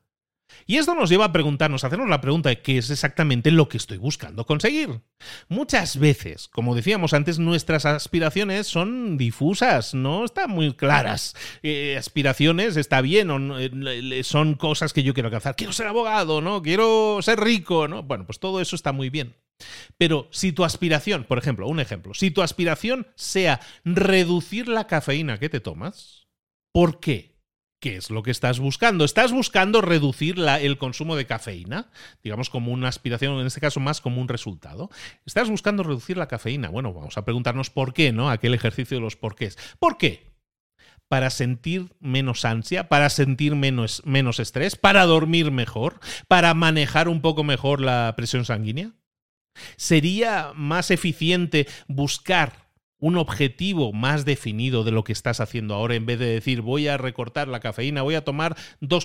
Y esto nos lleva a preguntarnos, a hacernos la pregunta de qué es exactamente lo que estoy buscando conseguir. Muchas veces, como decíamos antes, nuestras aspiraciones son difusas, no están muy claras. Aspiraciones está bien, son cosas que yo quiero alcanzar. Quiero ser abogado, ¿no? Quiero ser rico, ¿no? Bueno, pues todo eso está muy bien. Pero si tu aspiración, por ejemplo, un ejemplo, si tu aspiración sea reducir la cafeína que te tomas, ¿por qué? ¿Qué es lo que estás buscando? ¿Estás buscando reducir el consumo de cafeína? Digamos como una aspiración, en este caso más como un resultado. ¿Estás buscando reducir la cafeína? Bueno, vamos a preguntarnos por qué, ¿no? Aquel ejercicio de los porqués. ¿Por qué? Para sentir menos ansia, para sentir menos estrés, para dormir mejor, para manejar un poco mejor la presión sanguínea. ¿Sería más eficiente buscar un objetivo más definido de lo que estás haciendo ahora en vez de decir voy a recortar la cafeína, voy a tomar 2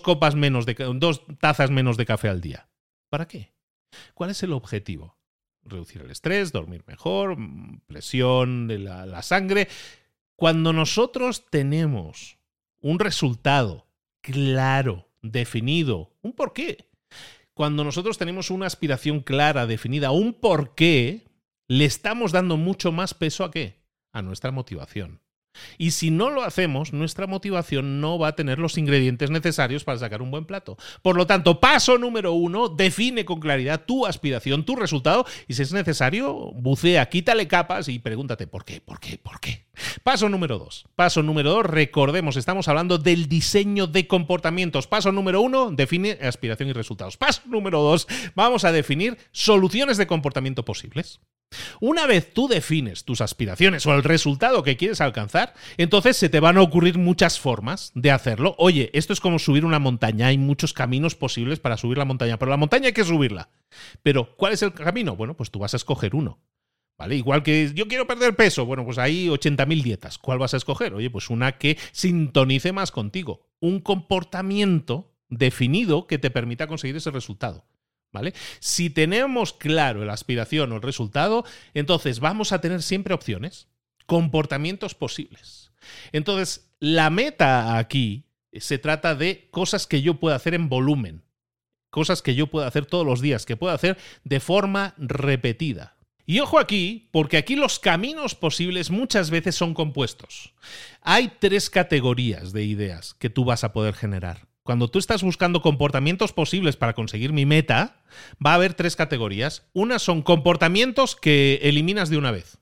tazas menos de café al día? ¿Para qué? ¿Cuál es el objetivo? Reducir el estrés, dormir mejor, presión de la sangre. Cuando nosotros tenemos un resultado claro, definido, un porqué, cuando nosotros tenemos una aspiración clara, definida, un porqué, le estamos dando mucho más peso ¿a qué? A nuestra motivación. Y si no lo hacemos, nuestra motivación no va a tener los ingredientes necesarios para sacar un buen plato. Por lo tanto, paso número 1, define con claridad tu aspiración, tu resultado, y si es necesario, bucea, quítale capas y pregúntate ¿por qué? ¿Por qué? ¿Por qué? Paso número 2. Paso número 2, recordemos, estamos hablando del diseño de comportamientos. Paso número 1, define aspiración y resultados. Paso número 2, vamos a definir soluciones de comportamiento posibles. Una vez tú defines tus aspiraciones o el resultado que quieres alcanzar, entonces se te van a ocurrir muchas formas de hacerlo. Oye, esto es como subir una montaña, hay muchos caminos posibles para subir la montaña, pero la montaña hay que subirla. Pero, ¿cuál es el camino? Bueno, pues tú vas a escoger uno. ¿Vale? Igual que yo quiero perder peso, bueno, pues hay 80.000 dietas. ¿Cuál vas a escoger? Oye, pues una que sintonice más contigo. Un comportamiento definido que te permita conseguir ese resultado. ¿Vale? Si tenemos claro la aspiración o el resultado, entonces vamos a tener siempre opciones, comportamientos posibles. Entonces, la meta aquí se trata de cosas que yo pueda hacer en volumen, cosas que yo pueda hacer todos los días, que pueda hacer de forma repetida. Y ojo aquí, porque aquí los caminos posibles muchas veces son compuestos. Hay 3 categorías de ideas que tú vas a poder generar. Cuando tú estás buscando comportamientos posibles para conseguir mi meta, va a haber 3 categorías. Una son comportamientos que eliminas de una vez.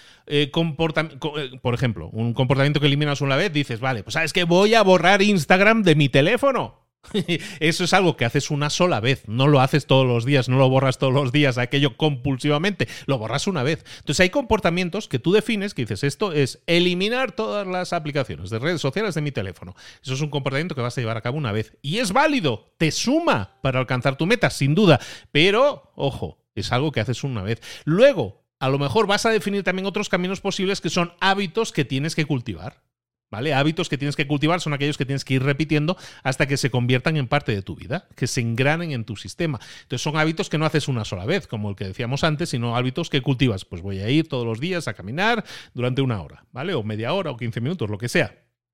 Por ejemplo, un comportamiento que eliminas una vez, dices, vale, pues ¿sabes qué? Voy a borrar Instagram de mi teléfono. Eso es algo que haces una sola vez, no lo haces todos los días, no lo borras todos los días, aquello compulsivamente, lo borras una vez. Entonces hay comportamientos que tú defines, que dices, esto es eliminar todas las aplicaciones de redes sociales de mi teléfono. Eso es un comportamiento que vas a llevar a cabo una vez. Y es válido, te suma para alcanzar tu meta, sin duda. Pero, ojo, es algo que haces una vez. Luego, a lo mejor vas a definir también otros caminos posibles que son hábitos que tienes que cultivar. ¿Vale? Hábitos que tienes que cultivar son aquellos que tienes que ir repitiendo hasta que se conviertan en parte de tu vida, que se engranen en tu sistema. Entonces son hábitos que no haces una sola vez, como el que decíamos antes, sino hábitos que cultivas. Pues voy a ir todos los días a caminar durante 1 hora, ¿vale? O media hora o 15 minutos, lo que sea.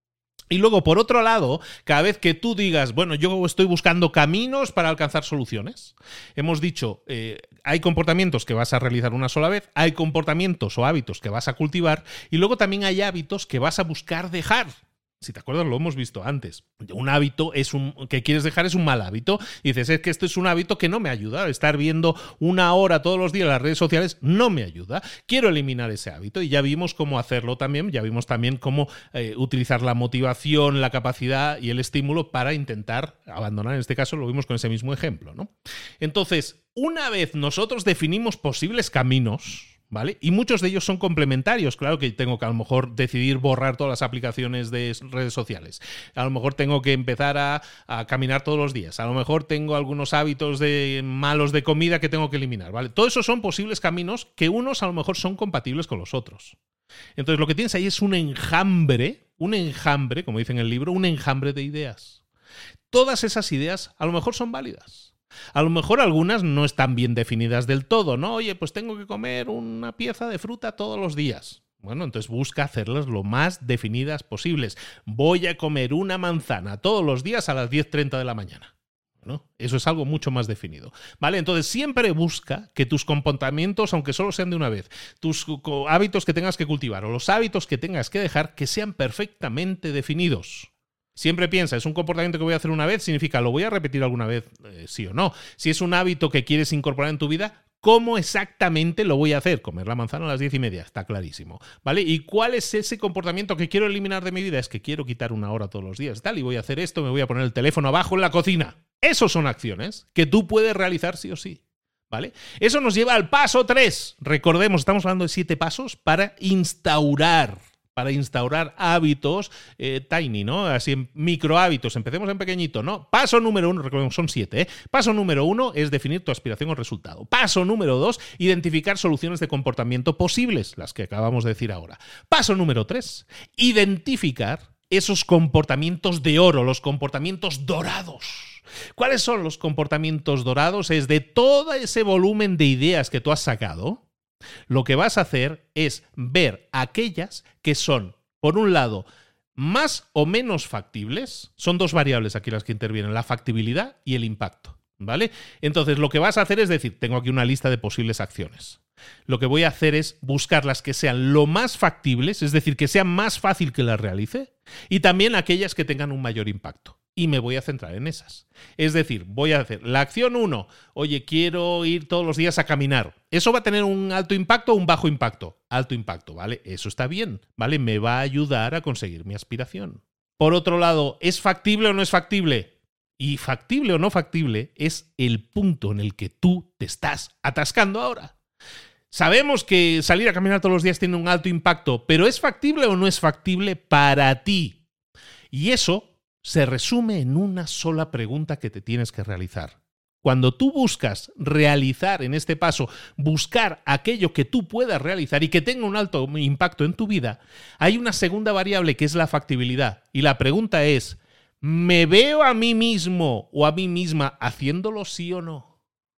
Y luego, por otro lado, cada vez que tú digas, bueno, yo estoy buscando caminos para alcanzar soluciones, hemos dicho, hay comportamientos que vas a realizar una sola vez, hay comportamientos o hábitos que vas a cultivar y luego también hay hábitos que vas a buscar dejar. Si te acuerdas, lo hemos visto antes. Un hábito que quieres dejar es un mal hábito. Y dices, es que esto es un hábito que no me ayuda. Estar viendo 1 hora todos los días las redes sociales no me ayuda. Quiero eliminar ese hábito. Y ya vimos cómo hacerlo también. Ya vimos también cómo utilizar la motivación, la capacidad y el estímulo para intentar abandonar. En este caso lo vimos con ese mismo ejemplo, ¿no? Entonces, una vez nosotros definimos posibles caminos, ¿vale? Y muchos de ellos son complementarios. Claro que tengo que a lo mejor decidir borrar todas las aplicaciones de redes sociales. A lo mejor tengo que empezar a caminar todos los días. A lo mejor tengo algunos hábitos malos de comida que tengo que eliminar, ¿vale? Todo eso son posibles caminos que unos a lo mejor son compatibles con los otros. Entonces lo que tienes ahí es un enjambre, como dice en el libro, un enjambre de ideas. Todas esas ideas a lo mejor son válidas. A lo mejor algunas no están bien definidas del todo, ¿no? Oye, pues tengo que comer una pieza de fruta todos los días. Bueno, entonces busca hacerlas lo más definidas posibles. Voy a comer una manzana todos los días a las 10:30 de la mañana. ¿no? Eso es algo mucho más definido, ¿vale? Entonces siempre busca que tus comportamientos, aunque solo sean de una vez, tus hábitos que tengas que cultivar o los hábitos que tengas que dejar, que sean perfectamente definidos. Siempre piensa, ¿es un comportamiento que voy a hacer una vez? Significa, ¿lo voy a repetir alguna vez? Sí o no. Si es un hábito que quieres incorporar en tu vida, ¿cómo exactamente lo voy a hacer? Comer la manzana a las 10:30, está clarísimo, ¿vale? ¿Y cuál es ese comportamiento que quiero eliminar de mi vida? Es que quiero quitar 1 hora todos los días, tal, y voy a hacer esto, me voy a poner el teléfono abajo en la cocina. Esos son acciones que tú puedes realizar sí o sí, ¿vale? Eso nos lleva al paso 3. Recordemos, estamos hablando de 7 pasos para instaurar hábitos tiny, ¿no? Así en micro hábitos. Empecemos en pequeñito, ¿no? Paso número 1, recordemos, son 7, ¿eh? Paso número 1 es definir tu aspiración o resultado. Paso número 2, identificar soluciones de comportamiento posibles, las que acabamos de decir ahora. Paso número 3, identificar esos comportamientos de oro, los comportamientos dorados. ¿Cuáles son los comportamientos dorados? Es de todo ese volumen de ideas que tú has sacado. Lo que vas a hacer es ver aquellas que son, por un lado, más o menos factibles. Son 2 variables aquí las que intervienen, la factibilidad y el impacto, ¿vale? Entonces, lo que vas a hacer es decir, tengo aquí una lista de posibles acciones. Lo que voy a hacer es buscar las que sean lo más factibles, es decir, que sea más fácil que las realice, y también aquellas que tengan un mayor impacto. Y me voy a centrar en esas. Es decir, voy a hacer la acción 1. Oye, quiero ir todos los días a caminar. ¿Eso va a tener un alto impacto o un bajo impacto? Alto impacto, ¿vale? Eso está bien, ¿vale? Me va a ayudar a conseguir mi aspiración. Por otro lado, ¿es factible o no es factible? Y factible o no factible es el punto en el que tú te estás atascando ahora. Sabemos que salir a caminar todos los días tiene un alto impacto, pero ¿es factible o no es factible para ti? Y eso se resume en una sola pregunta que te tienes que realizar. Cuando tú buscas realizar, en este paso, buscar aquello que tú puedas realizar y que tenga un alto impacto en tu vida, hay una segunda variable que es la factibilidad. Y la pregunta es, ¿me veo a mí mismo o a mí misma haciéndolo sí o no?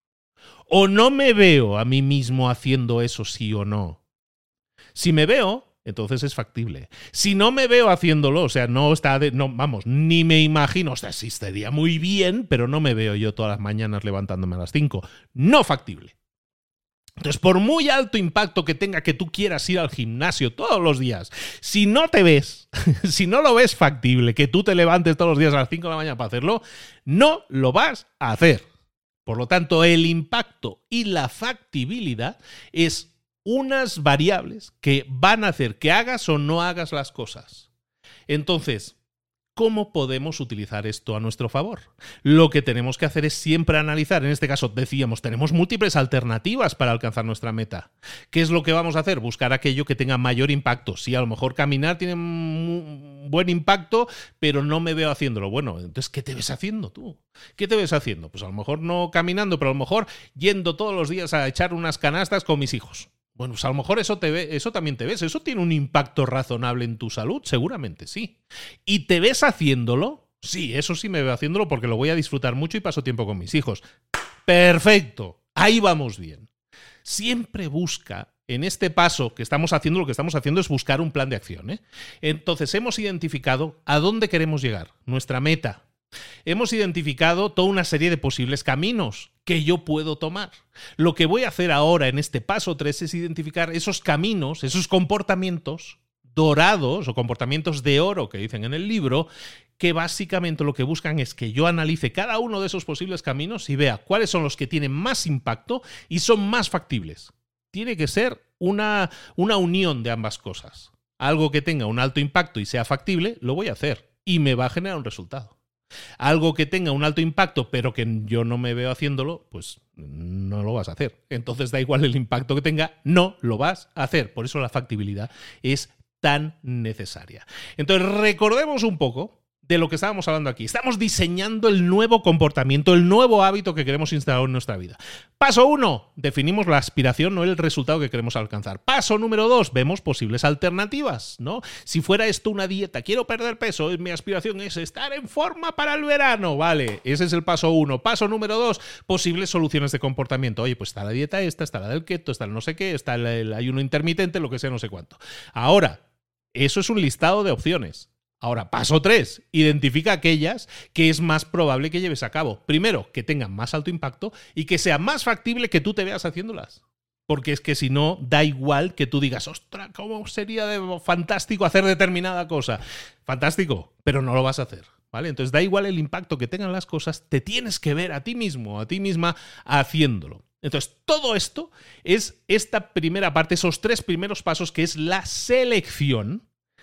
¿O no me veo a mí mismo haciendo eso sí o no? Si me veo, entonces es factible. Si no me veo haciéndolo, o sea, ni me imagino, o sea, sí estaría muy bien, pero no me veo yo todas las mañanas levantándome a las 5. No factible. Entonces, por muy alto impacto que tenga que tú quieras ir al gimnasio todos los días, si no te ves, si no lo ves factible, que tú te levantes todos los días a las 5 de la mañana para hacerlo, no lo vas a hacer. Por lo tanto, el impacto y la factibilidad es unas variables que van a hacer que hagas o no hagas las cosas. Entonces, ¿cómo podemos utilizar esto a nuestro favor? Lo que tenemos que hacer es siempre analizar. En este caso, decíamos, tenemos múltiples alternativas para alcanzar nuestra meta. ¿Qué es lo que vamos a hacer? Buscar aquello que tenga mayor impacto. Sí, a lo mejor caminar tiene un buen impacto, pero no me veo haciéndolo. Bueno, entonces, ¿qué te ves haciendo tú? ¿Qué te ves haciendo? Pues a lo mejor no caminando, pero a lo mejor yendo todos los días a echar unas canastas con mis hijos. Bueno, pues a lo mejor eso también te ves. ¿Eso tiene un impacto razonable en tu salud? Seguramente sí. ¿Y te ves haciéndolo? Sí, eso sí me veo haciéndolo porque lo voy a disfrutar mucho y paso tiempo con mis hijos. ¡Perfecto! Ahí vamos bien. Siempre busca, en este paso que estamos haciendo, lo que estamos haciendo es buscar un plan de acción, ¿eh? Entonces hemos identificado a dónde queremos llegar, nuestra meta. Hemos identificado toda una serie de posibles caminos que yo puedo tomar. Lo que voy a hacer ahora en este paso 3 es identificar esos caminos, esos comportamientos dorados o comportamientos de oro que dicen en el libro, que básicamente lo que buscan es que yo analice cada uno de esos posibles caminos y vea cuáles son los que tienen más impacto y son más factibles. Tiene que ser una unión de ambas cosas. Algo que tenga un alto impacto y sea factible, lo voy a hacer y me va a generar un resultado. Algo que tenga un alto impacto pero que yo no me veo haciéndolo, pues no lo vas a hacer. Entonces da igual el impacto que tenga, no lo vas a hacer. Por eso la factibilidad es tan necesaria. Entonces recordemos un poco de lo que estábamos hablando aquí. Estamos diseñando el nuevo comportamiento, el nuevo hábito que queremos instalar en nuestra vida. Paso 1, definimos la aspiración o el resultado que queremos alcanzar. Paso número 2, vemos posibles alternativas, ¿no? Si fuera esto una dieta, quiero perder peso, mi aspiración es estar en forma para el verano, vale, ese es el paso 1. Paso número 2, posibles soluciones de comportamiento. Oye, pues está la dieta esta, está la del keto, está el no sé qué, está el ayuno intermitente, lo que sea, no sé cuánto. Ahora, eso es un listado de opciones. Ahora, paso 3, identifica aquellas que es más probable que lleves a cabo. Primero, que tengan más alto impacto y que sea más factible que tú te veas haciéndolas. Porque es que si no, da igual que tú digas, ostras, ¿cómo sería fantástico hacer determinada cosa? Fantástico, pero no lo vas a hacer, ¿vale? Entonces da igual el impacto que tengan las cosas, te tienes que ver a ti mismo, a ti misma haciéndolo. Entonces, todo esto es esta primera parte, esos 3 primeros pasos, que es la selección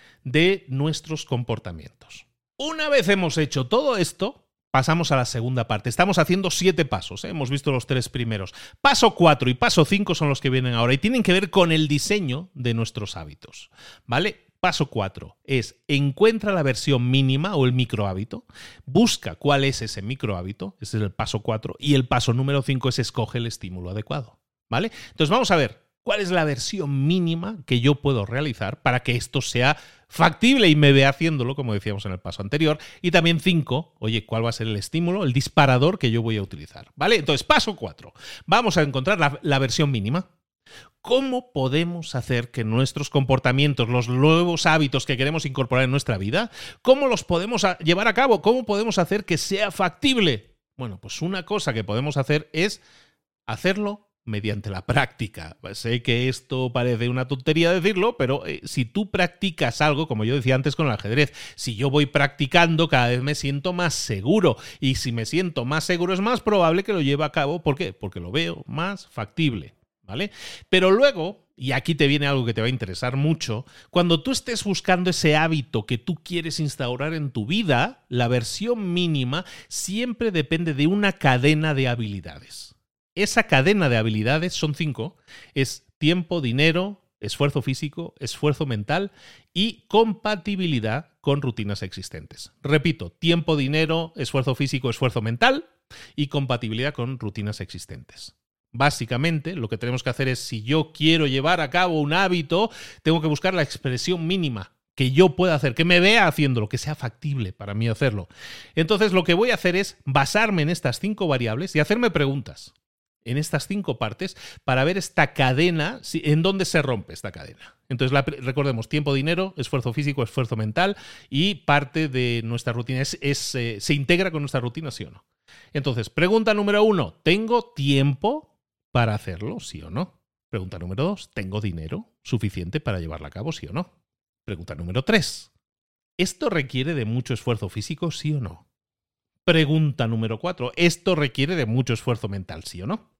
de nuestros comportamientos. Una vez hemos hecho todo esto, pasamos a la segunda parte. Estamos haciendo 7 pasos, ¿eh? Hemos visto los 3 primeros. Paso 4 y paso 5 son los que vienen ahora y tienen que ver con el diseño de nuestros hábitos, ¿vale? Paso 4 es encuentra la versión mínima o el microhábito, busca cuál es ese microhábito, ese es el paso 4, y el paso número 5 es escoge el estímulo adecuado, ¿vale? Entonces vamos a ver cuál es la versión mínima que yo puedo realizar para que esto sea factible y me vea haciéndolo, como decíamos en el paso anterior. Y también 5, oye, ¿cuál va a ser el estímulo, el disparador que yo voy a utilizar? ¿Vale? Entonces, paso 4. Vamos a encontrar la versión mínima. ¿Cómo podemos hacer que nuestros comportamientos, los nuevos hábitos que queremos incorporar en nuestra vida, cómo los podemos llevar a cabo? ¿Cómo podemos hacer que sea factible? Bueno, pues una cosa que podemos hacer es hacerlo mediante la práctica. Sé que esto parece una tontería decirlo, pero si tú practicas algo, como yo decía antes con el ajedrez, si yo voy practicando, cada vez me siento más seguro. Y si me siento más seguro, es más probable que lo lleve a cabo. ¿Por qué? Porque lo veo más factible, ¿vale? Pero luego, y aquí te viene algo que te va a interesar mucho, cuando tú estés buscando ese hábito que tú quieres instaurar en tu vida, la versión mínima siempre depende de una cadena de habilidades. Esa cadena de habilidades son 5, es tiempo, dinero, esfuerzo físico, esfuerzo mental y compatibilidad con rutinas existentes. Repito, tiempo, dinero, esfuerzo físico, esfuerzo mental y compatibilidad con rutinas existentes. Básicamente, lo que tenemos que hacer es, si yo quiero llevar a cabo un hábito, tengo que buscar la expresión mínima que yo pueda hacer, que me vea haciéndolo, que sea factible para mí hacerlo. Entonces, lo que voy a hacer es basarme en estas 5 variables y hacerme preguntas en estas 5 partes para ver esta cadena, en dónde se rompe esta cadena. Entonces, recordemos, tiempo, dinero, esfuerzo físico, esfuerzo mental y parte de nuestra rutina. ¿Se integra con nuestra rutina, sí o no? Entonces, pregunta número 1, ¿tengo tiempo para hacerlo, sí o no? Pregunta número 2, ¿tengo dinero suficiente para llevarla a cabo, sí o no? Pregunta número 3, ¿esto requiere de mucho esfuerzo físico, sí o no? Pregunta número 4, ¿esto requiere de mucho esfuerzo mental, sí o no?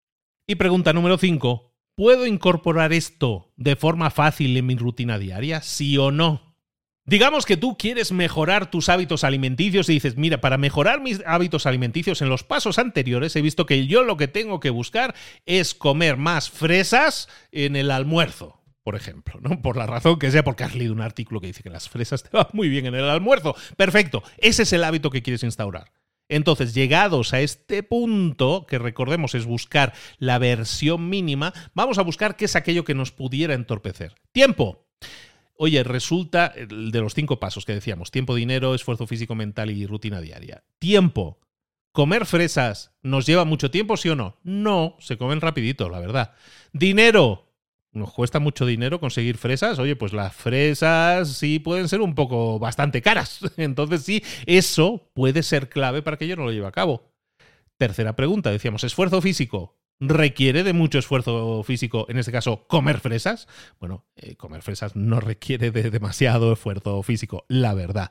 Y pregunta número 5, ¿puedo incorporar esto de forma fácil en mi rutina diaria, sí o no? Digamos que tú quieres mejorar tus hábitos alimenticios y dices, mira, para mejorar mis hábitos alimenticios en los pasos anteriores he visto que yo lo que tengo que buscar es comer más fresas en el almuerzo, por ejemplo, ¿no? Por la razón que sea, porque has leído un artículo que dice que las fresas te van muy bien en el almuerzo. Perfecto, ese es el hábito que quieres instaurar. Entonces, llegados a este punto, que recordemos es buscar la versión mínima, vamos a buscar qué es aquello que nos pudiera entorpecer. Tiempo. Oye, resulta de los 5 pasos que decíamos, tiempo, dinero, esfuerzo físico, mental y rutina diaria. Tiempo. ¿Comer fresas nos lleva mucho tiempo, sí o no? No, se comen rapidito, la verdad. Dinero. ¿Nos cuesta mucho dinero conseguir fresas? Oye, pues las fresas sí pueden ser bastante caras. Entonces sí, eso puede ser clave para que yo no lo lleve a cabo. Tercera pregunta, decíamos, ¿esfuerzo físico? ¿Requiere de mucho esfuerzo físico, en este caso, comer fresas? Bueno, comer fresas no requiere de demasiado esfuerzo físico, la verdad.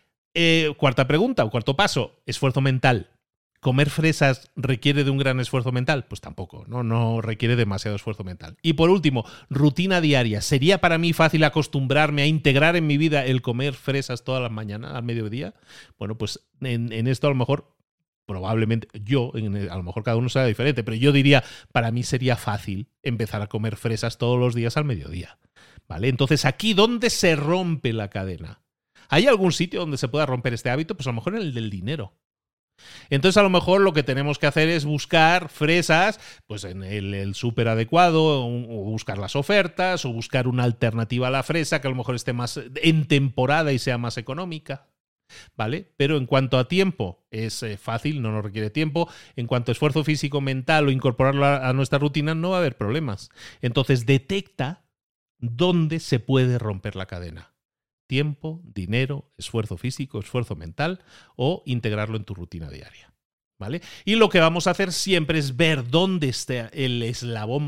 Cuarta pregunta, o cuarto paso, esfuerzo mental. ¿Comer fresas requiere de un gran esfuerzo mental? Pues tampoco, no requiere demasiado esfuerzo mental. Y por último, rutina diaria. ¿Sería para mí fácil acostumbrarme a integrar en mi vida el comer fresas todas las mañanas, al mediodía? Bueno, pues en esto a lo mejor, probablemente, a lo mejor cada uno será diferente, pero yo diría, para mí sería fácil empezar a comer fresas todos los días al mediodía, ¿vale? Entonces, aquí, ¿dónde se rompe la cadena? ¿Hay algún sitio donde se pueda romper este hábito? Pues a lo mejor en el del dinero. Entonces a lo mejor lo que tenemos que hacer es buscar fresas pues en el súper adecuado, o buscar las ofertas, o buscar una alternativa a la fresa que a lo mejor esté más en temporada y sea más económica, ¿vale? Pero en cuanto a tiempo, es fácil, no nos requiere tiempo. En cuanto a esfuerzo físico, mental o incorporarlo a nuestra rutina, no va a haber problemas. Entonces detecta dónde se puede romper la cadena. tiempo, dinero, esfuerzo físico, esfuerzo mental o integrarlo en tu rutina diaria. ¿Vale? Y lo que vamos a hacer siempre es ver dónde está el eslabón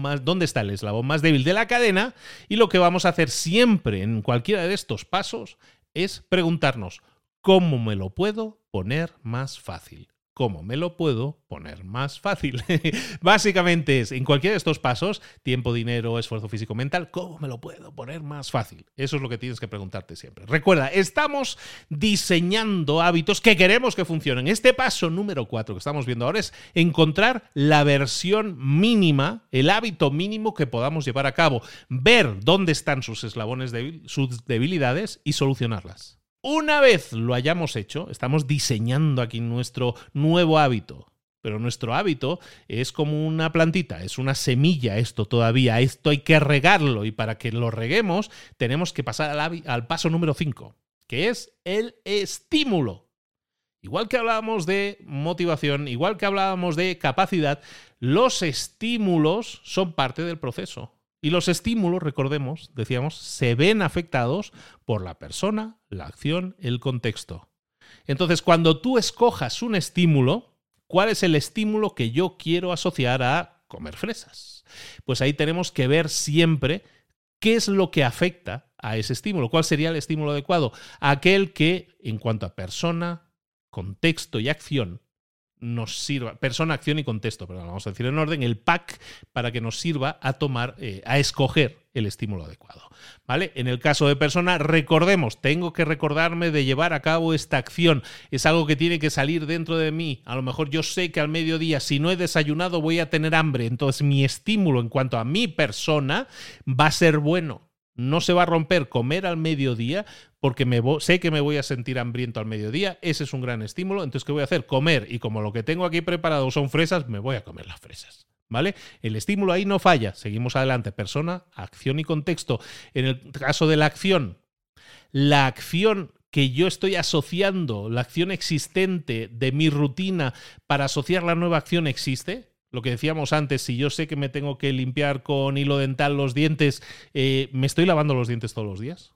más débil de la cadena, y lo que vamos a hacer siempre en cualquiera de estos pasos es preguntarnos ¿cómo me lo puedo poner más fácil? ¿Cómo me lo puedo poner más fácil? Básicamente es, en cualquiera de estos pasos, tiempo, dinero, esfuerzo físico, mental, ¿cómo me lo puedo poner más fácil? Eso es lo que tienes que preguntarte siempre. Recuerda, estamos diseñando hábitos que queremos que funcionen. Este paso número 4 que estamos viendo ahora es encontrar la versión mínima, el hábito mínimo que podamos llevar a cabo, ver dónde están sus eslabones sus debilidades y solucionarlas. Una vez lo hayamos hecho, estamos diseñando aquí nuestro nuevo hábito. Pero nuestro hábito es como una plantita, es una semilla esto todavía. Esto hay que regarlo, y para que lo reguemos tenemos que pasar al paso número 5, que es el estímulo. Igual que hablábamos de motivación, igual que hablábamos de capacidad, los estímulos son parte del proceso. Y los estímulos, recordemos, decíamos, se ven afectados por la persona, la acción, el contexto. Entonces, cuando tú escojas un estímulo, ¿cuál es el estímulo que yo quiero asociar a comer fresas? Pues ahí tenemos que ver siempre qué es lo que afecta a ese estímulo. ¿Cuál sería el estímulo adecuado? Aquel que, en cuanto a persona, contexto y acción, nos sirva, persona, acción y contexto, perdón, vamos a decir en orden, el pack para que nos sirva a tomar, a escoger el estímulo adecuado, ¿vale? En el caso de persona, recordemos, tengo que recordarme de llevar a cabo esta acción, es algo que tiene que salir dentro de mí. A lo mejor yo sé que al mediodía, si no he desayunado, voy a tener hambre, entonces mi estímulo en cuanto a mi persona va a ser bueno. No se va a romper comer al mediodía porque sé que me voy a sentir hambriento al mediodía. Ese es un gran estímulo. Entonces, ¿qué voy a hacer? Comer. Y como lo que tengo aquí preparado son fresas, me voy a comer las fresas. ¿Vale? El estímulo ahí no falla. Seguimos adelante. Persona, acción y contexto. En el caso de la acción que yo estoy asociando, la acción existente de mi rutina para asociar la nueva acción existe. Lo que decíamos antes, si yo sé que me tengo que limpiar con hilo dental los dientes, ¿me estoy lavando los dientes todos los días?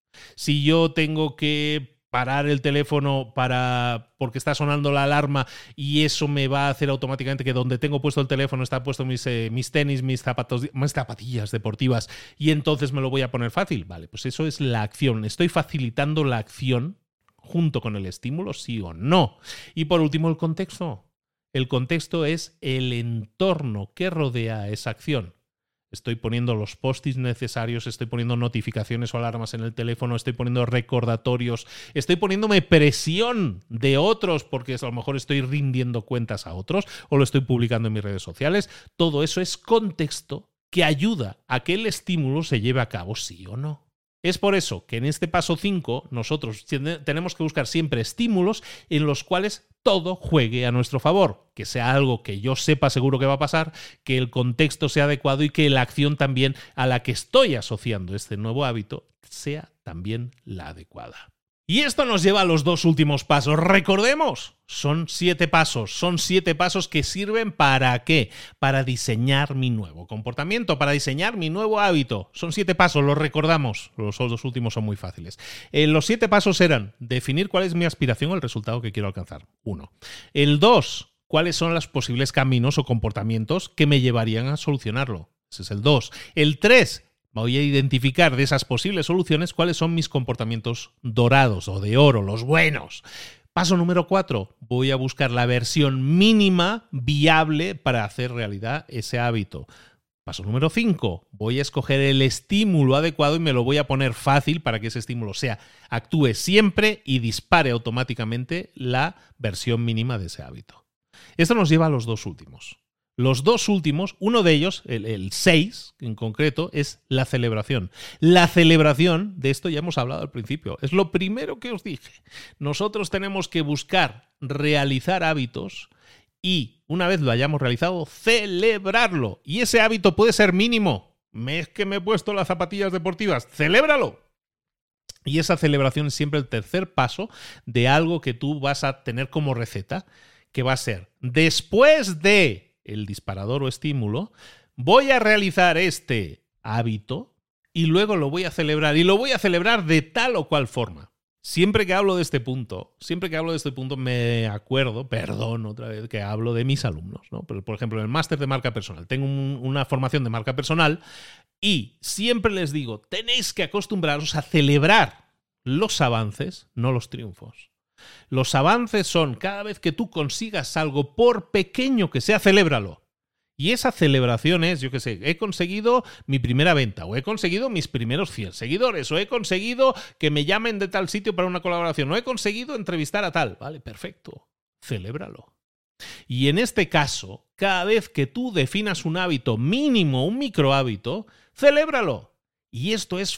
Si yo tengo que parar el teléfono porque está sonando la alarma y eso me va a hacer automáticamente que donde tengo puesto el teléfono está puesto mis tenis, mis zapatillas deportivas, y entonces me lo voy a poner fácil. Vale, pues eso es la acción. Estoy facilitando la acción junto con el estímulo, sí o no. Y por último, el contexto. El contexto es el entorno que rodea a esa acción. Estoy poniendo los post-its necesarios, estoy poniendo notificaciones o alarmas en el teléfono, estoy poniendo recordatorios, estoy poniéndome presión de otros porque a lo mejor estoy rindiendo cuentas a otros o lo estoy publicando en mis redes sociales. Todo eso es contexto que ayuda a que el estímulo se lleve a cabo, sí o no. Es por eso que en este paso 5 nosotros tenemos que buscar siempre estímulos en los cuales todo juegue a nuestro favor, que sea algo que yo sepa seguro que va a pasar, que el contexto sea adecuado y que la acción también a la que estoy asociando este nuevo hábito sea también la adecuada. Y esto nos lleva a los 2 últimos pasos. Recordemos, son 7 pasos. Son 7 pasos que sirven ¿para qué? Para diseñar mi nuevo comportamiento, para diseñar mi nuevo hábito. Son 7 pasos, los recordamos. Los 2 últimos son muy fáciles. Los 7 pasos eran definir cuál es mi aspiración o el resultado que quiero alcanzar. 1. El 2, cuáles son los posibles caminos o comportamientos que me llevarían a solucionarlo. Ese es el 2. El 3, voy a identificar de esas posibles soluciones cuáles son mis comportamientos dorados o de oro, los buenos. Paso número 4, voy a buscar la versión mínima viable para hacer realidad ese hábito. Paso número 5, voy a escoger el estímulo adecuado y me lo voy a poner fácil para que ese estímulo actúe siempre y dispare automáticamente la versión mínima de ese hábito. Esto nos lleva a los 2 últimos. Los 2 últimos, uno de ellos, el 6 en concreto, es la celebración. La celebración, de esto ya hemos hablado al principio, es lo primero que os dije. Nosotros tenemos que buscar realizar hábitos y una vez lo hayamos realizado, celebrarlo. Y ese hábito puede ser mínimo. Es que me he puesto las zapatillas deportivas, ¡celébralo! Y esa celebración es siempre el tercer paso de algo que tú vas a tener como receta, que va a ser, después de el disparador o estímulo, voy a realizar este hábito y luego lo voy a celebrar, y lo voy a celebrar de tal o cual forma. Siempre que hablo de este punto, me acuerdo, perdón otra vez, que hablo de mis alumnos, ¿no? Pero, por ejemplo, en el máster de marca personal, tengo una formación de marca personal y siempre les digo, tenéis que acostumbraros a celebrar los avances, no los triunfos. Los avances son cada vez que tú consigas algo, por pequeño que sea, celébralo. Y esa celebración es, yo qué sé, he conseguido mi primera venta, o he conseguido mis primeros 100 seguidores, o he conseguido que me llamen de tal sitio para una colaboración, o he conseguido entrevistar a tal. Vale, perfecto. Celébralo. Y en este caso, cada vez que tú definas un hábito mínimo, un microhábito, celébralo. Y esto es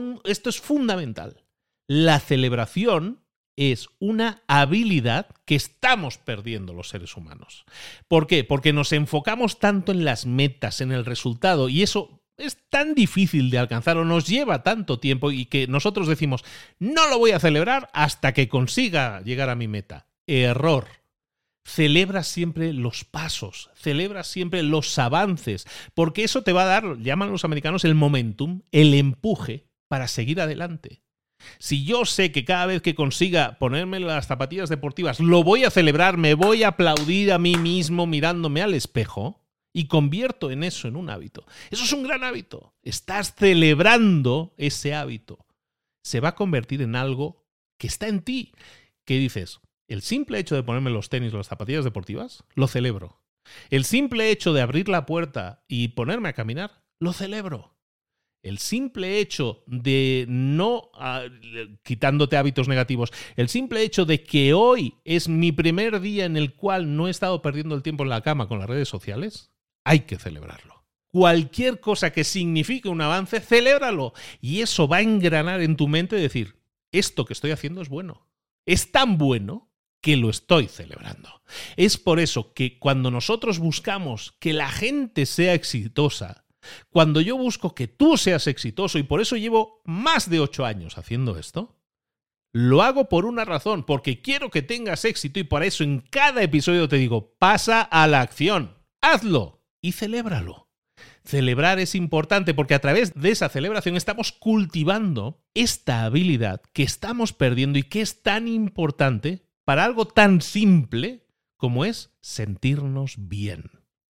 fundamental. La celebración es una habilidad que estamos perdiendo los seres humanos. ¿Por qué? Porque nos enfocamos tanto en las metas, en el resultado, y eso es tan difícil de alcanzar o nos lleva tanto tiempo y que nosotros decimos, no lo voy a celebrar hasta que consiga llegar a mi meta. Error. Celebra siempre los pasos, celebra siempre los avances, porque eso te va a dar, llaman los americanos, el momentum, el empuje para seguir adelante. Si yo sé que cada vez que consiga ponerme las zapatillas deportivas lo voy a celebrar, me voy a aplaudir a mí mismo mirándome al espejo y convierto en eso en un hábito. Eso es un gran hábito. Estás celebrando ese hábito. Se va a convertir en algo que está en ti. ¿Qué dices? El simple hecho de ponerme los tenis o las zapatillas deportivas, lo celebro. El simple hecho de abrir la puerta y ponerme a caminar, lo celebro. El simple hecho de no, quitándote hábitos negativos, el simple hecho de que hoy es mi primer día en el cual no he estado perdiendo el tiempo en la cama con las redes sociales, hay que celebrarlo. Cualquier cosa que signifique un avance, celébralo. Y eso va a engranar en tu mente decir, esto que estoy haciendo es bueno. Es tan bueno que lo estoy celebrando. Es por eso que cuando nosotros buscamos que la gente sea exitosa, cuando yo busco que tú seas exitoso, y por eso llevo más de 8 años haciendo esto, lo hago por una razón, porque quiero que tengas éxito y por eso en cada episodio te digo, pasa a la acción, hazlo y celébralo. Celebrar es importante porque a través de esa celebración estamos cultivando esta habilidad que estamos perdiendo y que es tan importante para algo tan simple como es sentirnos bien.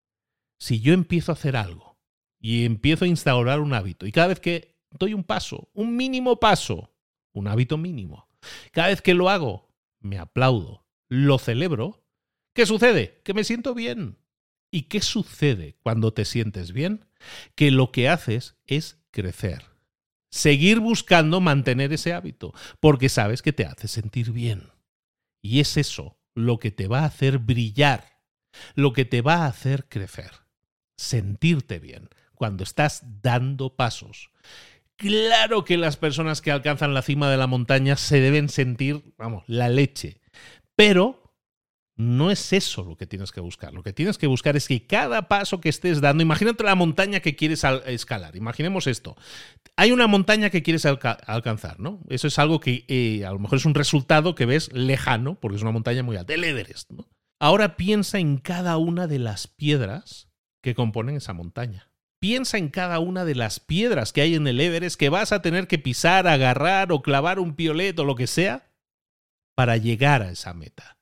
Si yo empiezo a hacer algo y empiezo a instaurar un hábito, y cada vez que doy un paso, un mínimo paso, un hábito mínimo, cada vez que lo hago, me aplaudo, lo celebro, ¿qué sucede? Que me siento bien. ¿Y qué sucede cuando te sientes bien? Que lo que haces es crecer. Seguir buscando mantener ese hábito, porque sabes que te hace sentir bien. Y es eso lo que te va a hacer brillar, lo que te va a hacer crecer. Sentirte bien cuando estás dando pasos. Claro que las personas que alcanzan la cima de la montaña se deben sentir, la leche. Pero no es eso lo que tienes que buscar. Lo que tienes que buscar es que cada paso que estés dando, imagínate la montaña que quieres escalar. Imaginemos esto. Hay una montaña que quieres alcanzar, ¿no? Eso es algo que a lo mejor es un resultado que ves lejano, porque es una montaña muy alta, el Everest, ¿no? Ahora piensa en cada una de las piedras que componen esa montaña. Piensa en cada una de las piedras que hay en el Everest que vas a tener que pisar, agarrar o clavar un piolet o lo que sea para llegar a esa meta.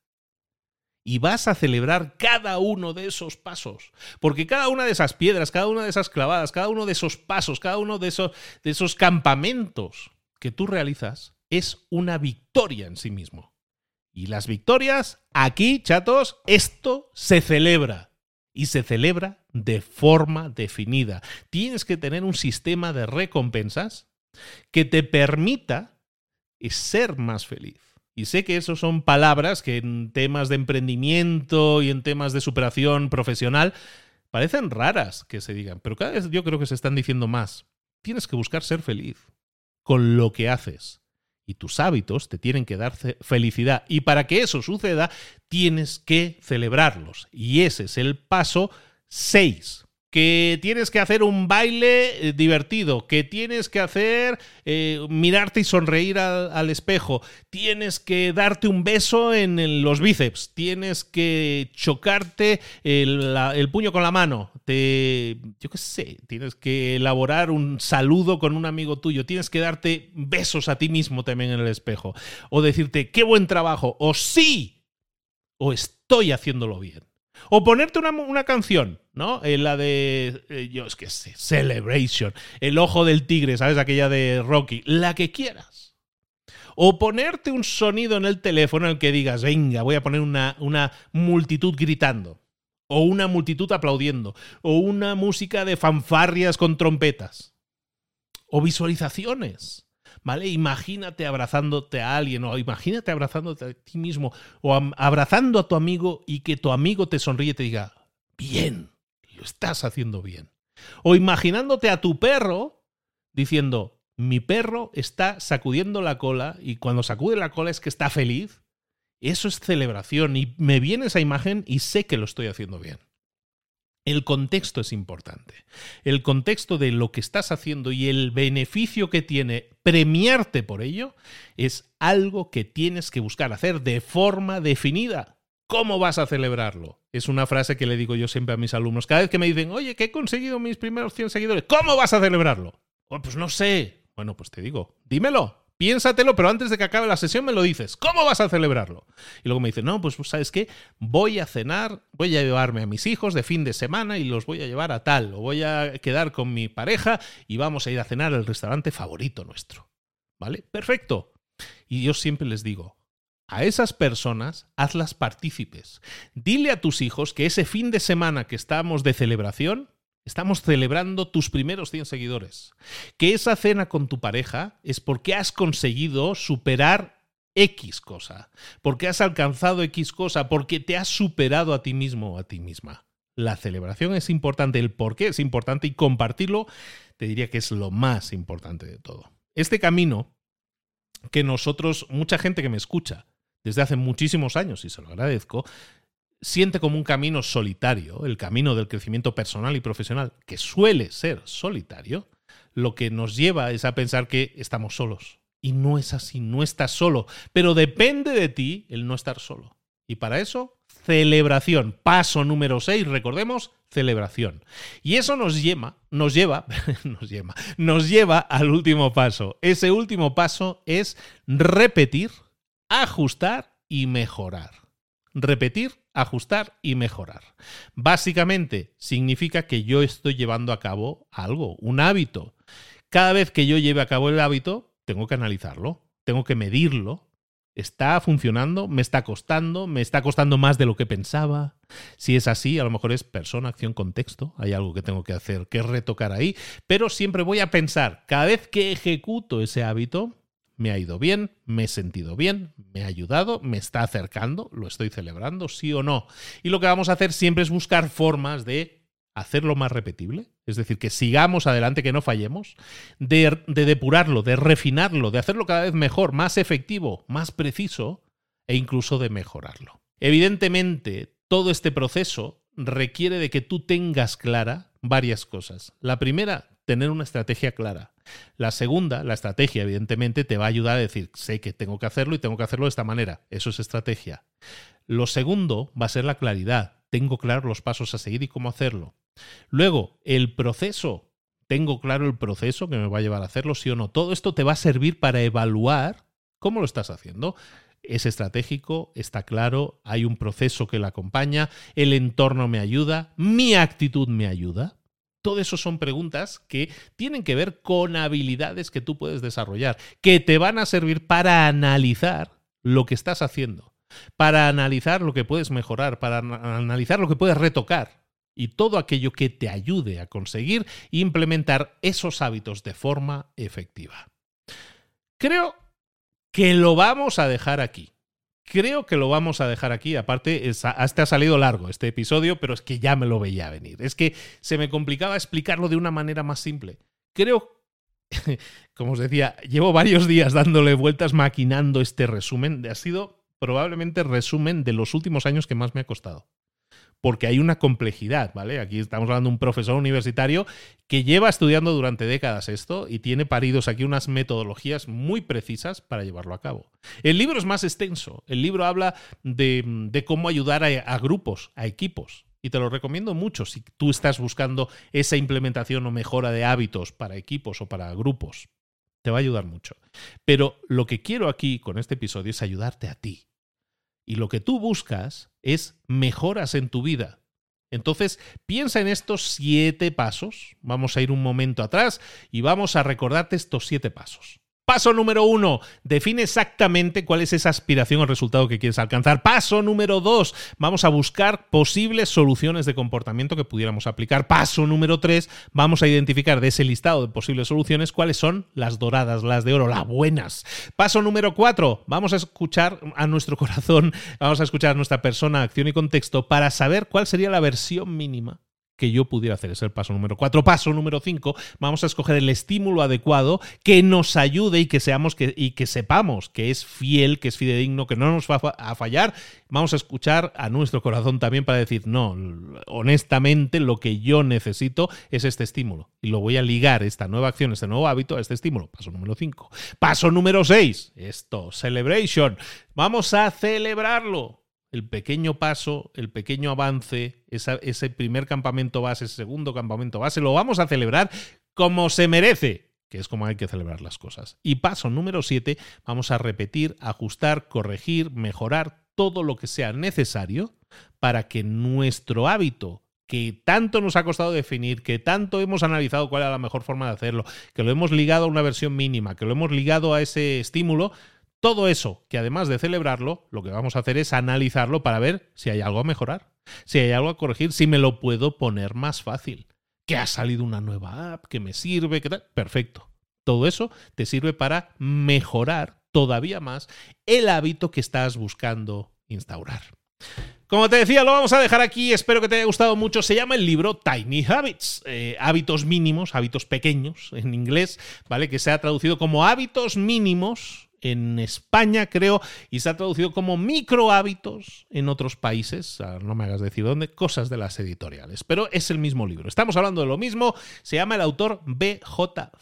Y vas a celebrar cada uno de esos pasos. Porque cada una de esas piedras, cada una de esas clavadas, cada uno de esos pasos, cada uno de esos campamentos que tú realizas es una victoria en sí mismo. Y las victorias, aquí, chatos, esto se celebra. Y se celebra de forma definida. Tienes que tener un sistema de recompensas que te permita ser más feliz. Y sé que eso son palabras que en temas de emprendimiento y en temas de superación profesional parecen raras que se digan, pero cada vez yo creo que se están diciendo más. Tienes que buscar ser feliz con lo que haces. Y tus hábitos te tienen que dar felicidad. Y para que eso suceda, tienes que celebrarlos. Y ese es el paso 6. que tienes que hacer un baile divertido, que tienes que hacer mirarte y sonreír al espejo, tienes que darte un beso en los bíceps, tienes que chocarte el puño con la mano, yo qué sé, tienes que elaborar un saludo con un amigo tuyo, tienes que darte besos a ti mismo también en el espejo, o decirte qué buen trabajo, o sí, o estoy haciéndolo bien. O ponerte una canción, ¿no? La de, yo es que sé, Celebration, El ojo del tigre, ¿sabes? Aquella de Rocky, la que quieras. O ponerte un sonido en el teléfono en el que digas, venga, voy a poner una multitud gritando, o una multitud aplaudiendo, o una música de fanfarrias con trompetas. O visualizaciones. ¿Vale? Imagínate abrazándote a alguien, o imagínate abrazándote a ti mismo, o abrazando a tu amigo y que tu amigo te sonríe y te diga, bien, lo estás haciendo bien. O imaginándote a tu perro diciendo, mi perro está sacudiendo la cola y cuando sacude la cola es que está feliz. Eso es celebración y me viene esa imagen y sé que lo estoy haciendo bien. El contexto es importante. El contexto de lo que estás haciendo y el beneficio que tiene premiarte por ello es algo que tienes que buscar hacer de forma definida. ¿Cómo vas a celebrarlo? Es una frase que le digo yo siempre a mis alumnos. Cada vez que me dicen, oye, que he conseguido mis primeros 100 seguidores, ¿cómo vas a celebrarlo? Oh, pues no sé. Bueno, pues te digo, dímelo. Piénsatelo, pero antes de que acabe la sesión me lo dices. ¿Cómo vas a celebrarlo? Y luego me dicen, no, pues ¿sabes qué? Voy a cenar, voy a llevarme a mis hijos de fin de semana y los voy a llevar a tal. O voy a quedar con mi pareja y vamos a ir a cenar al restaurante favorito nuestro. ¿Vale? Perfecto. Y yo siempre les digo, a esas personas hazlas partícipes. Dile a tus hijos que ese fin de semana que estamos de celebración, estamos celebrando tus primeros 100 seguidores. Que esa cena con tu pareja es porque has conseguido superar X cosa. Porque has alcanzado X cosa. Porque te has superado a ti mismo o a ti misma. La celebración es importante. El por qué es importante. Y compartirlo te diría que es lo más importante de todo. Este camino que nosotros, mucha gente que me escucha desde hace muchísimos años, y se lo agradezco, siente como un camino solitario, el camino del crecimiento personal y profesional, que suele ser solitario, lo que nos lleva es a pensar que estamos solos. Y no es así, no estás solo. Pero depende de ti el no estar solo. Y para eso, celebración. Paso número 6, recordemos, celebración. Y eso nos lleva al último paso. Ese último paso es repetir, ajustar y mejorar. Repetir, ajustar y mejorar. Básicamente significa que yo estoy llevando a cabo algo, un hábito. Cada vez que yo lleve a cabo el hábito, tengo que analizarlo, tengo que medirlo. ¿Está funcionando? ¿Me está costando? ¿Me está costando más de lo que pensaba? Si es así, a lo mejor es persona, acción, contexto. Hay algo que tengo que hacer, que retocar ahí. Pero siempre voy a pensar, cada vez que ejecuto ese hábito, me ha ido bien, me he sentido bien, me ha ayudado, me está acercando, lo estoy celebrando, sí o no. Y lo que vamos a hacer siempre es buscar formas de hacerlo más repetible, es decir, que sigamos adelante, que no fallemos, de depurarlo, de refinarlo, de hacerlo cada vez mejor, más efectivo, más preciso e incluso de mejorarlo. Evidentemente, todo este proceso requiere de que tú tengas clara varias cosas. La primera, tener una estrategia clara. La segunda, la estrategia, evidentemente, te va a ayudar a decir, sé que tengo que hacerlo y tengo que hacerlo de esta manera. Eso es estrategia. Lo segundo va a ser la claridad. Tengo claro los pasos a seguir y cómo hacerlo. Luego, el proceso. Tengo claro el proceso que me va a llevar a hacerlo, sí o no. Todo esto te va a servir para evaluar cómo lo estás haciendo. Es estratégico, está claro, hay un proceso que lo acompaña, el entorno me ayuda, mi actitud me ayuda. Todo eso son preguntas que tienen que ver con habilidades que tú puedes desarrollar, que te van a servir para analizar lo que estás haciendo, para analizar lo que puedes mejorar, para analizar lo que puedes retocar y todo aquello que te ayude a conseguir implementar esos hábitos de forma efectiva. Creo que lo vamos a dejar aquí. Aparte, hasta ha salido largo este episodio, pero es que ya me lo veía venir. Es que se me complicaba explicarlo de una manera más simple. Creo, como os decía, llevo varios días dándole vueltas, maquinando este resumen. Ha sido probablemente el resumen de los últimos años que más me ha costado. porque hay una complejidad, ¿vale? Aquí estamos hablando de un profesor universitario que lleva estudiando durante décadas esto y tiene paridos aquí unas metodologías muy precisas para llevarlo a cabo. El libro es más extenso. El libro habla de cómo ayudar a grupos, a equipos. Y te lo recomiendo mucho si tú estás buscando esa implementación o mejora de hábitos para equipos o para grupos. Te va a ayudar mucho. Pero lo que quiero aquí con este episodio es ayudarte a ti. Y lo que tú buscas es mejoras en tu vida. Entonces, piensa en estos 7 pasos. Vamos a ir un momento atrás y vamos a recordarte estos 7 pasos. Paso número 1, define exactamente cuál es esa aspiración o resultado que quieres alcanzar. Paso número 2, vamos a buscar posibles soluciones de comportamiento que pudiéramos aplicar. Paso número 3, vamos a identificar de ese listado de posibles soluciones cuáles son las doradas, las de oro, las buenas. Paso número 4, vamos a escuchar a nuestro corazón, vamos a escuchar a nuestra persona, acción y contexto para saber cuál sería la versión mínima que yo pudiera hacer. Es el paso número 4. Paso número 5, vamos a escoger el estímulo adecuado que nos ayude y que sepamos que es fiel, que es fidedigno, que no nos va a fallar. Vamos a escuchar a nuestro corazón también para decir, no, honestamente lo que yo necesito es este estímulo. Y lo voy a ligar, esta nueva acción, este nuevo hábito, a este estímulo. Paso número 5. Paso número 6, celebration. Vamos a celebrarlo. El pequeño paso, el pequeño avance, ese primer campamento base, ese segundo campamento base, lo vamos a celebrar como se merece, que es como hay que celebrar las cosas. Y paso número 7, vamos a repetir, ajustar, corregir, mejorar todo lo que sea necesario para que nuestro hábito, que tanto nos ha costado definir, que tanto hemos analizado cuál era la mejor forma de hacerlo, que lo hemos ligado a una versión mínima, que lo hemos ligado a ese estímulo, todo eso, que además de celebrarlo, lo que vamos a hacer es analizarlo para ver si hay algo a mejorar, si hay algo a corregir, si me lo puedo poner más fácil, que ha salido una nueva app, que me sirve, que tal. Perfecto. Todo eso te sirve para mejorar todavía más el hábito que estás buscando instaurar. Como te decía, lo vamos a dejar aquí. Espero que te haya gustado mucho. Se llama el libro Tiny Habits. Hábitos mínimos, hábitos pequeños en inglés, ¿vale? Que se ha traducido como hábitos mínimos en España, creo, y se ha traducido como microhábitos en otros países. No me hagas decir dónde, cosas de las editoriales. Pero es el mismo libro. Estamos hablando de lo mismo. Se llama el autor B.J.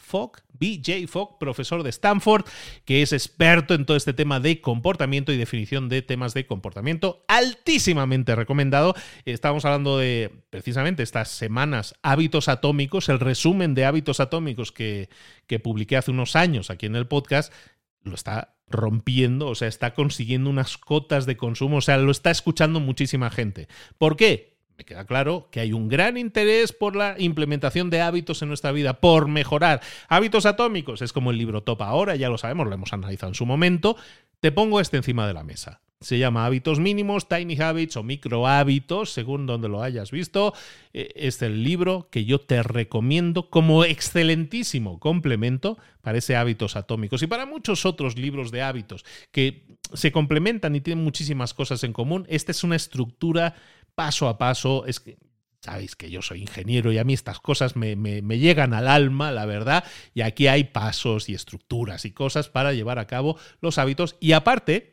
Fogg, profesor de Stanford, que es experto en todo este tema de comportamiento y definición de temas de comportamiento. Altísimamente recomendado. Estamos hablando de, precisamente, estas semanas, hábitos atómicos, el resumen de hábitos atómicos que publiqué hace unos años aquí en el podcast. Lo está rompiendo, o sea, está consiguiendo unas cotas de consumo, o sea, lo está escuchando muchísima gente. ¿Por qué? Me queda claro que hay un gran interés por la implementación de hábitos en nuestra vida, por mejorar. Hábitos atómicos es como el libro top ahora, ya lo sabemos, lo hemos analizado en su momento. Te pongo este encima de la mesa. Se llama Hábitos Mínimos, Tiny Habits o Microhábitos, según donde lo hayas visto. Es el libro que yo te recomiendo como excelentísimo complemento para ese Hábitos Atómicos y para muchos otros libros de hábitos que se complementan y tienen muchísimas cosas en común. Esta es una estructura paso a paso. Es que sabéis que yo soy ingeniero y a mí estas cosas me llegan al alma, la verdad, y aquí hay pasos y estructuras y cosas para llevar a cabo los hábitos. Y aparte,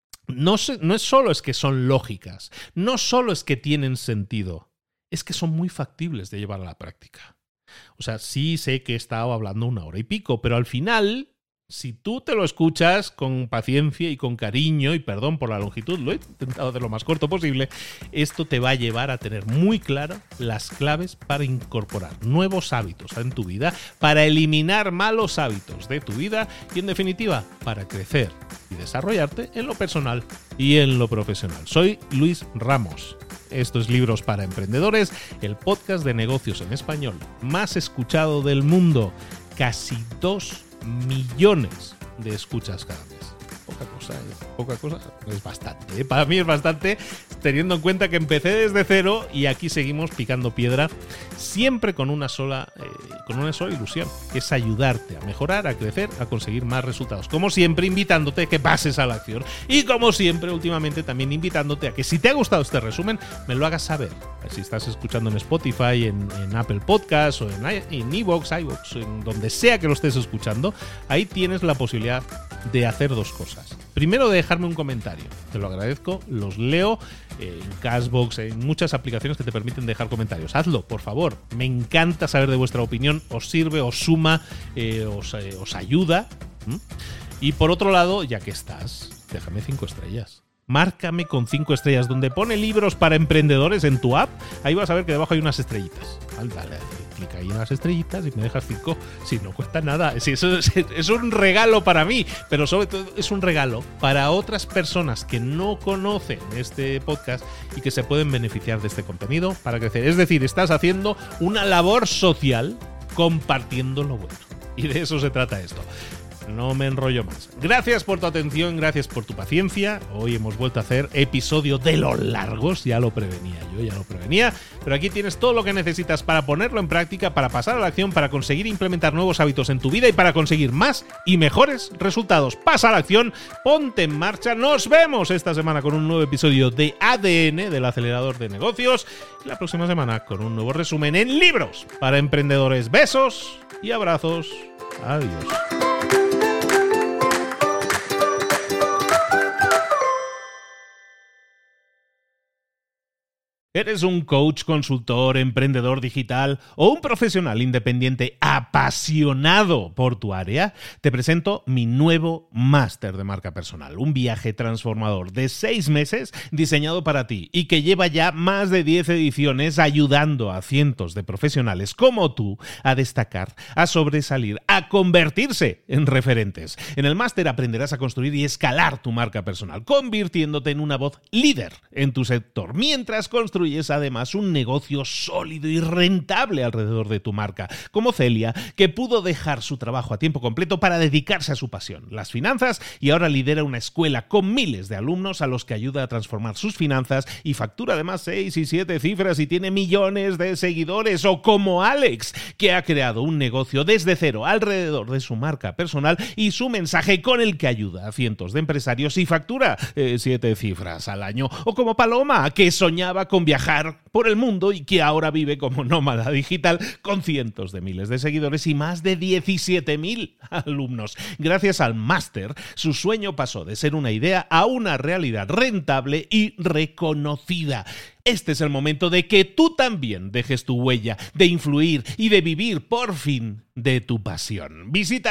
no es solo es que son lógicas, no solo es que tienen sentido, es que son muy factibles de llevar a la práctica. O sea, sí sé que he estado hablando 1 hora y pico, pero al final, si tú te lo escuchas con paciencia y con cariño, y perdón por la longitud, lo he intentado hacer lo más corto posible, esto te va a llevar a tener muy claras las claves para incorporar nuevos hábitos en tu vida, para eliminar malos hábitos de tu vida y, en definitiva, para crecer y desarrollarte en lo personal y en lo profesional. Soy Luis Ramos. Esto es Libros para Emprendedores, el podcast de negocios en español más escuchado del mundo. Casi 2 millones de escuchas cada mes. Poca cosa, es bastante. Para mí es bastante, teniendo en cuenta que empecé desde cero y aquí seguimos picando piedra, siempre con una sola ilusión, que es ayudarte a mejorar, a crecer, a conseguir más resultados. Como siempre, invitándote a que pases a la acción y, como siempre, últimamente también invitándote a que, si te ha gustado este resumen, me lo hagas saber. Si estás escuchando en Spotify, en Apple Podcasts o en iVoox, en donde sea que lo estés escuchando, ahí tienes la posibilidad de hacer dos cosas. Primero, de dejarme un comentario. Te lo agradezco, los leo en Castbox, en muchas aplicaciones que te permiten dejar comentarios. Hazlo, por favor. Me encanta saber de vuestra opinión. Os sirve, os suma, os ayuda. Y por otro lado, ya que estás, déjame 5 estrellas. Márcame con 5 estrellas. Donde pone libros para emprendedores en tu app, ahí vas a ver que debajo hay unas estrellitas. Dale, clica ahí en las estrellitas y me dejas 5. Si no cuesta nada. Si eso es un regalo para mí, pero sobre todo es un regalo para otras personas que no conocen este podcast y que se pueden beneficiar de este contenido para crecer. Es decir, estás haciendo una labor social compartiendo lo bueno. Y de eso se trata esto. No me enrollo más. Gracias por tu atención, gracias por tu paciencia. Hoy hemos vuelto a hacer episodio de los largos, ya lo prevenía, pero aquí tienes todo lo que necesitas para ponerlo en práctica, para pasar a la acción, para conseguir implementar nuevos hábitos en tu vida y para conseguir más y mejores resultados. Pasa a la acción, ponte en marcha. Nos vemos esta semana con un nuevo episodio de ADN, del acelerador de negocios, y la próxima semana con un nuevo resumen en libros para emprendedores. Besos y abrazos. Adiós. ¿Eres un coach, consultor, emprendedor digital o un profesional independiente apasionado por tu área? Te presento mi nuevo máster de marca personal, un viaje transformador de 6 meses diseñado para ti y que lleva ya más de 10 ediciones ayudando a cientos de profesionales como tú a destacar, a sobresalir, a convertirse en referentes. En el máster aprenderás a construir y escalar tu marca personal, convirtiéndote en una voz líder en tu sector, mientras construyes además un negocio sólido y rentable alrededor de tu marca, como Celia, que pudo dejar su trabajo a tiempo completo para dedicarse a su pasión, las finanzas, y ahora lidera una escuela con miles de alumnos a los que ayuda a transformar sus finanzas y factura además 6 y 7 cifras y tiene millones de seguidores. O como Alex, que ha creado un negocio desde cero alrededor de su marca personal y su mensaje, con el que ayuda a cientos de empresarios y factura 7 cifras al año. O como Paloma, que soñaba con viajar por el mundo y que ahora vive como nómada digital con cientos de miles de seguidores y más de 17.000 alumnos. Gracias al máster, su sueño pasó de ser una idea a una realidad rentable y reconocida. Este es el momento de que tú también dejes tu huella, de influir y de vivir por fin de tu pasión. Visita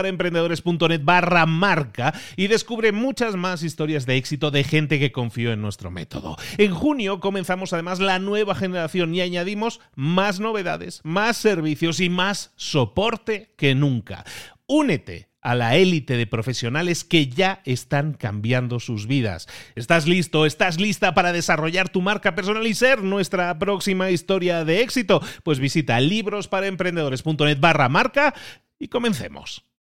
librosparaemprendedores.net/marca y descubre muchas más historias de éxito de gente que confió en nuestro método. En junio comenzamos además la nueva generación y añadimos más novedades, más servicios y más soporte que nunca. Únete a la élite de profesionales que ya están cambiando sus vidas. ¿Estás listo? ¿Estás lista para desarrollar tu marca personal y ser nuestra próxima historia de éxito? Pues visita librosparaemprendedores.net/marca y comencemos.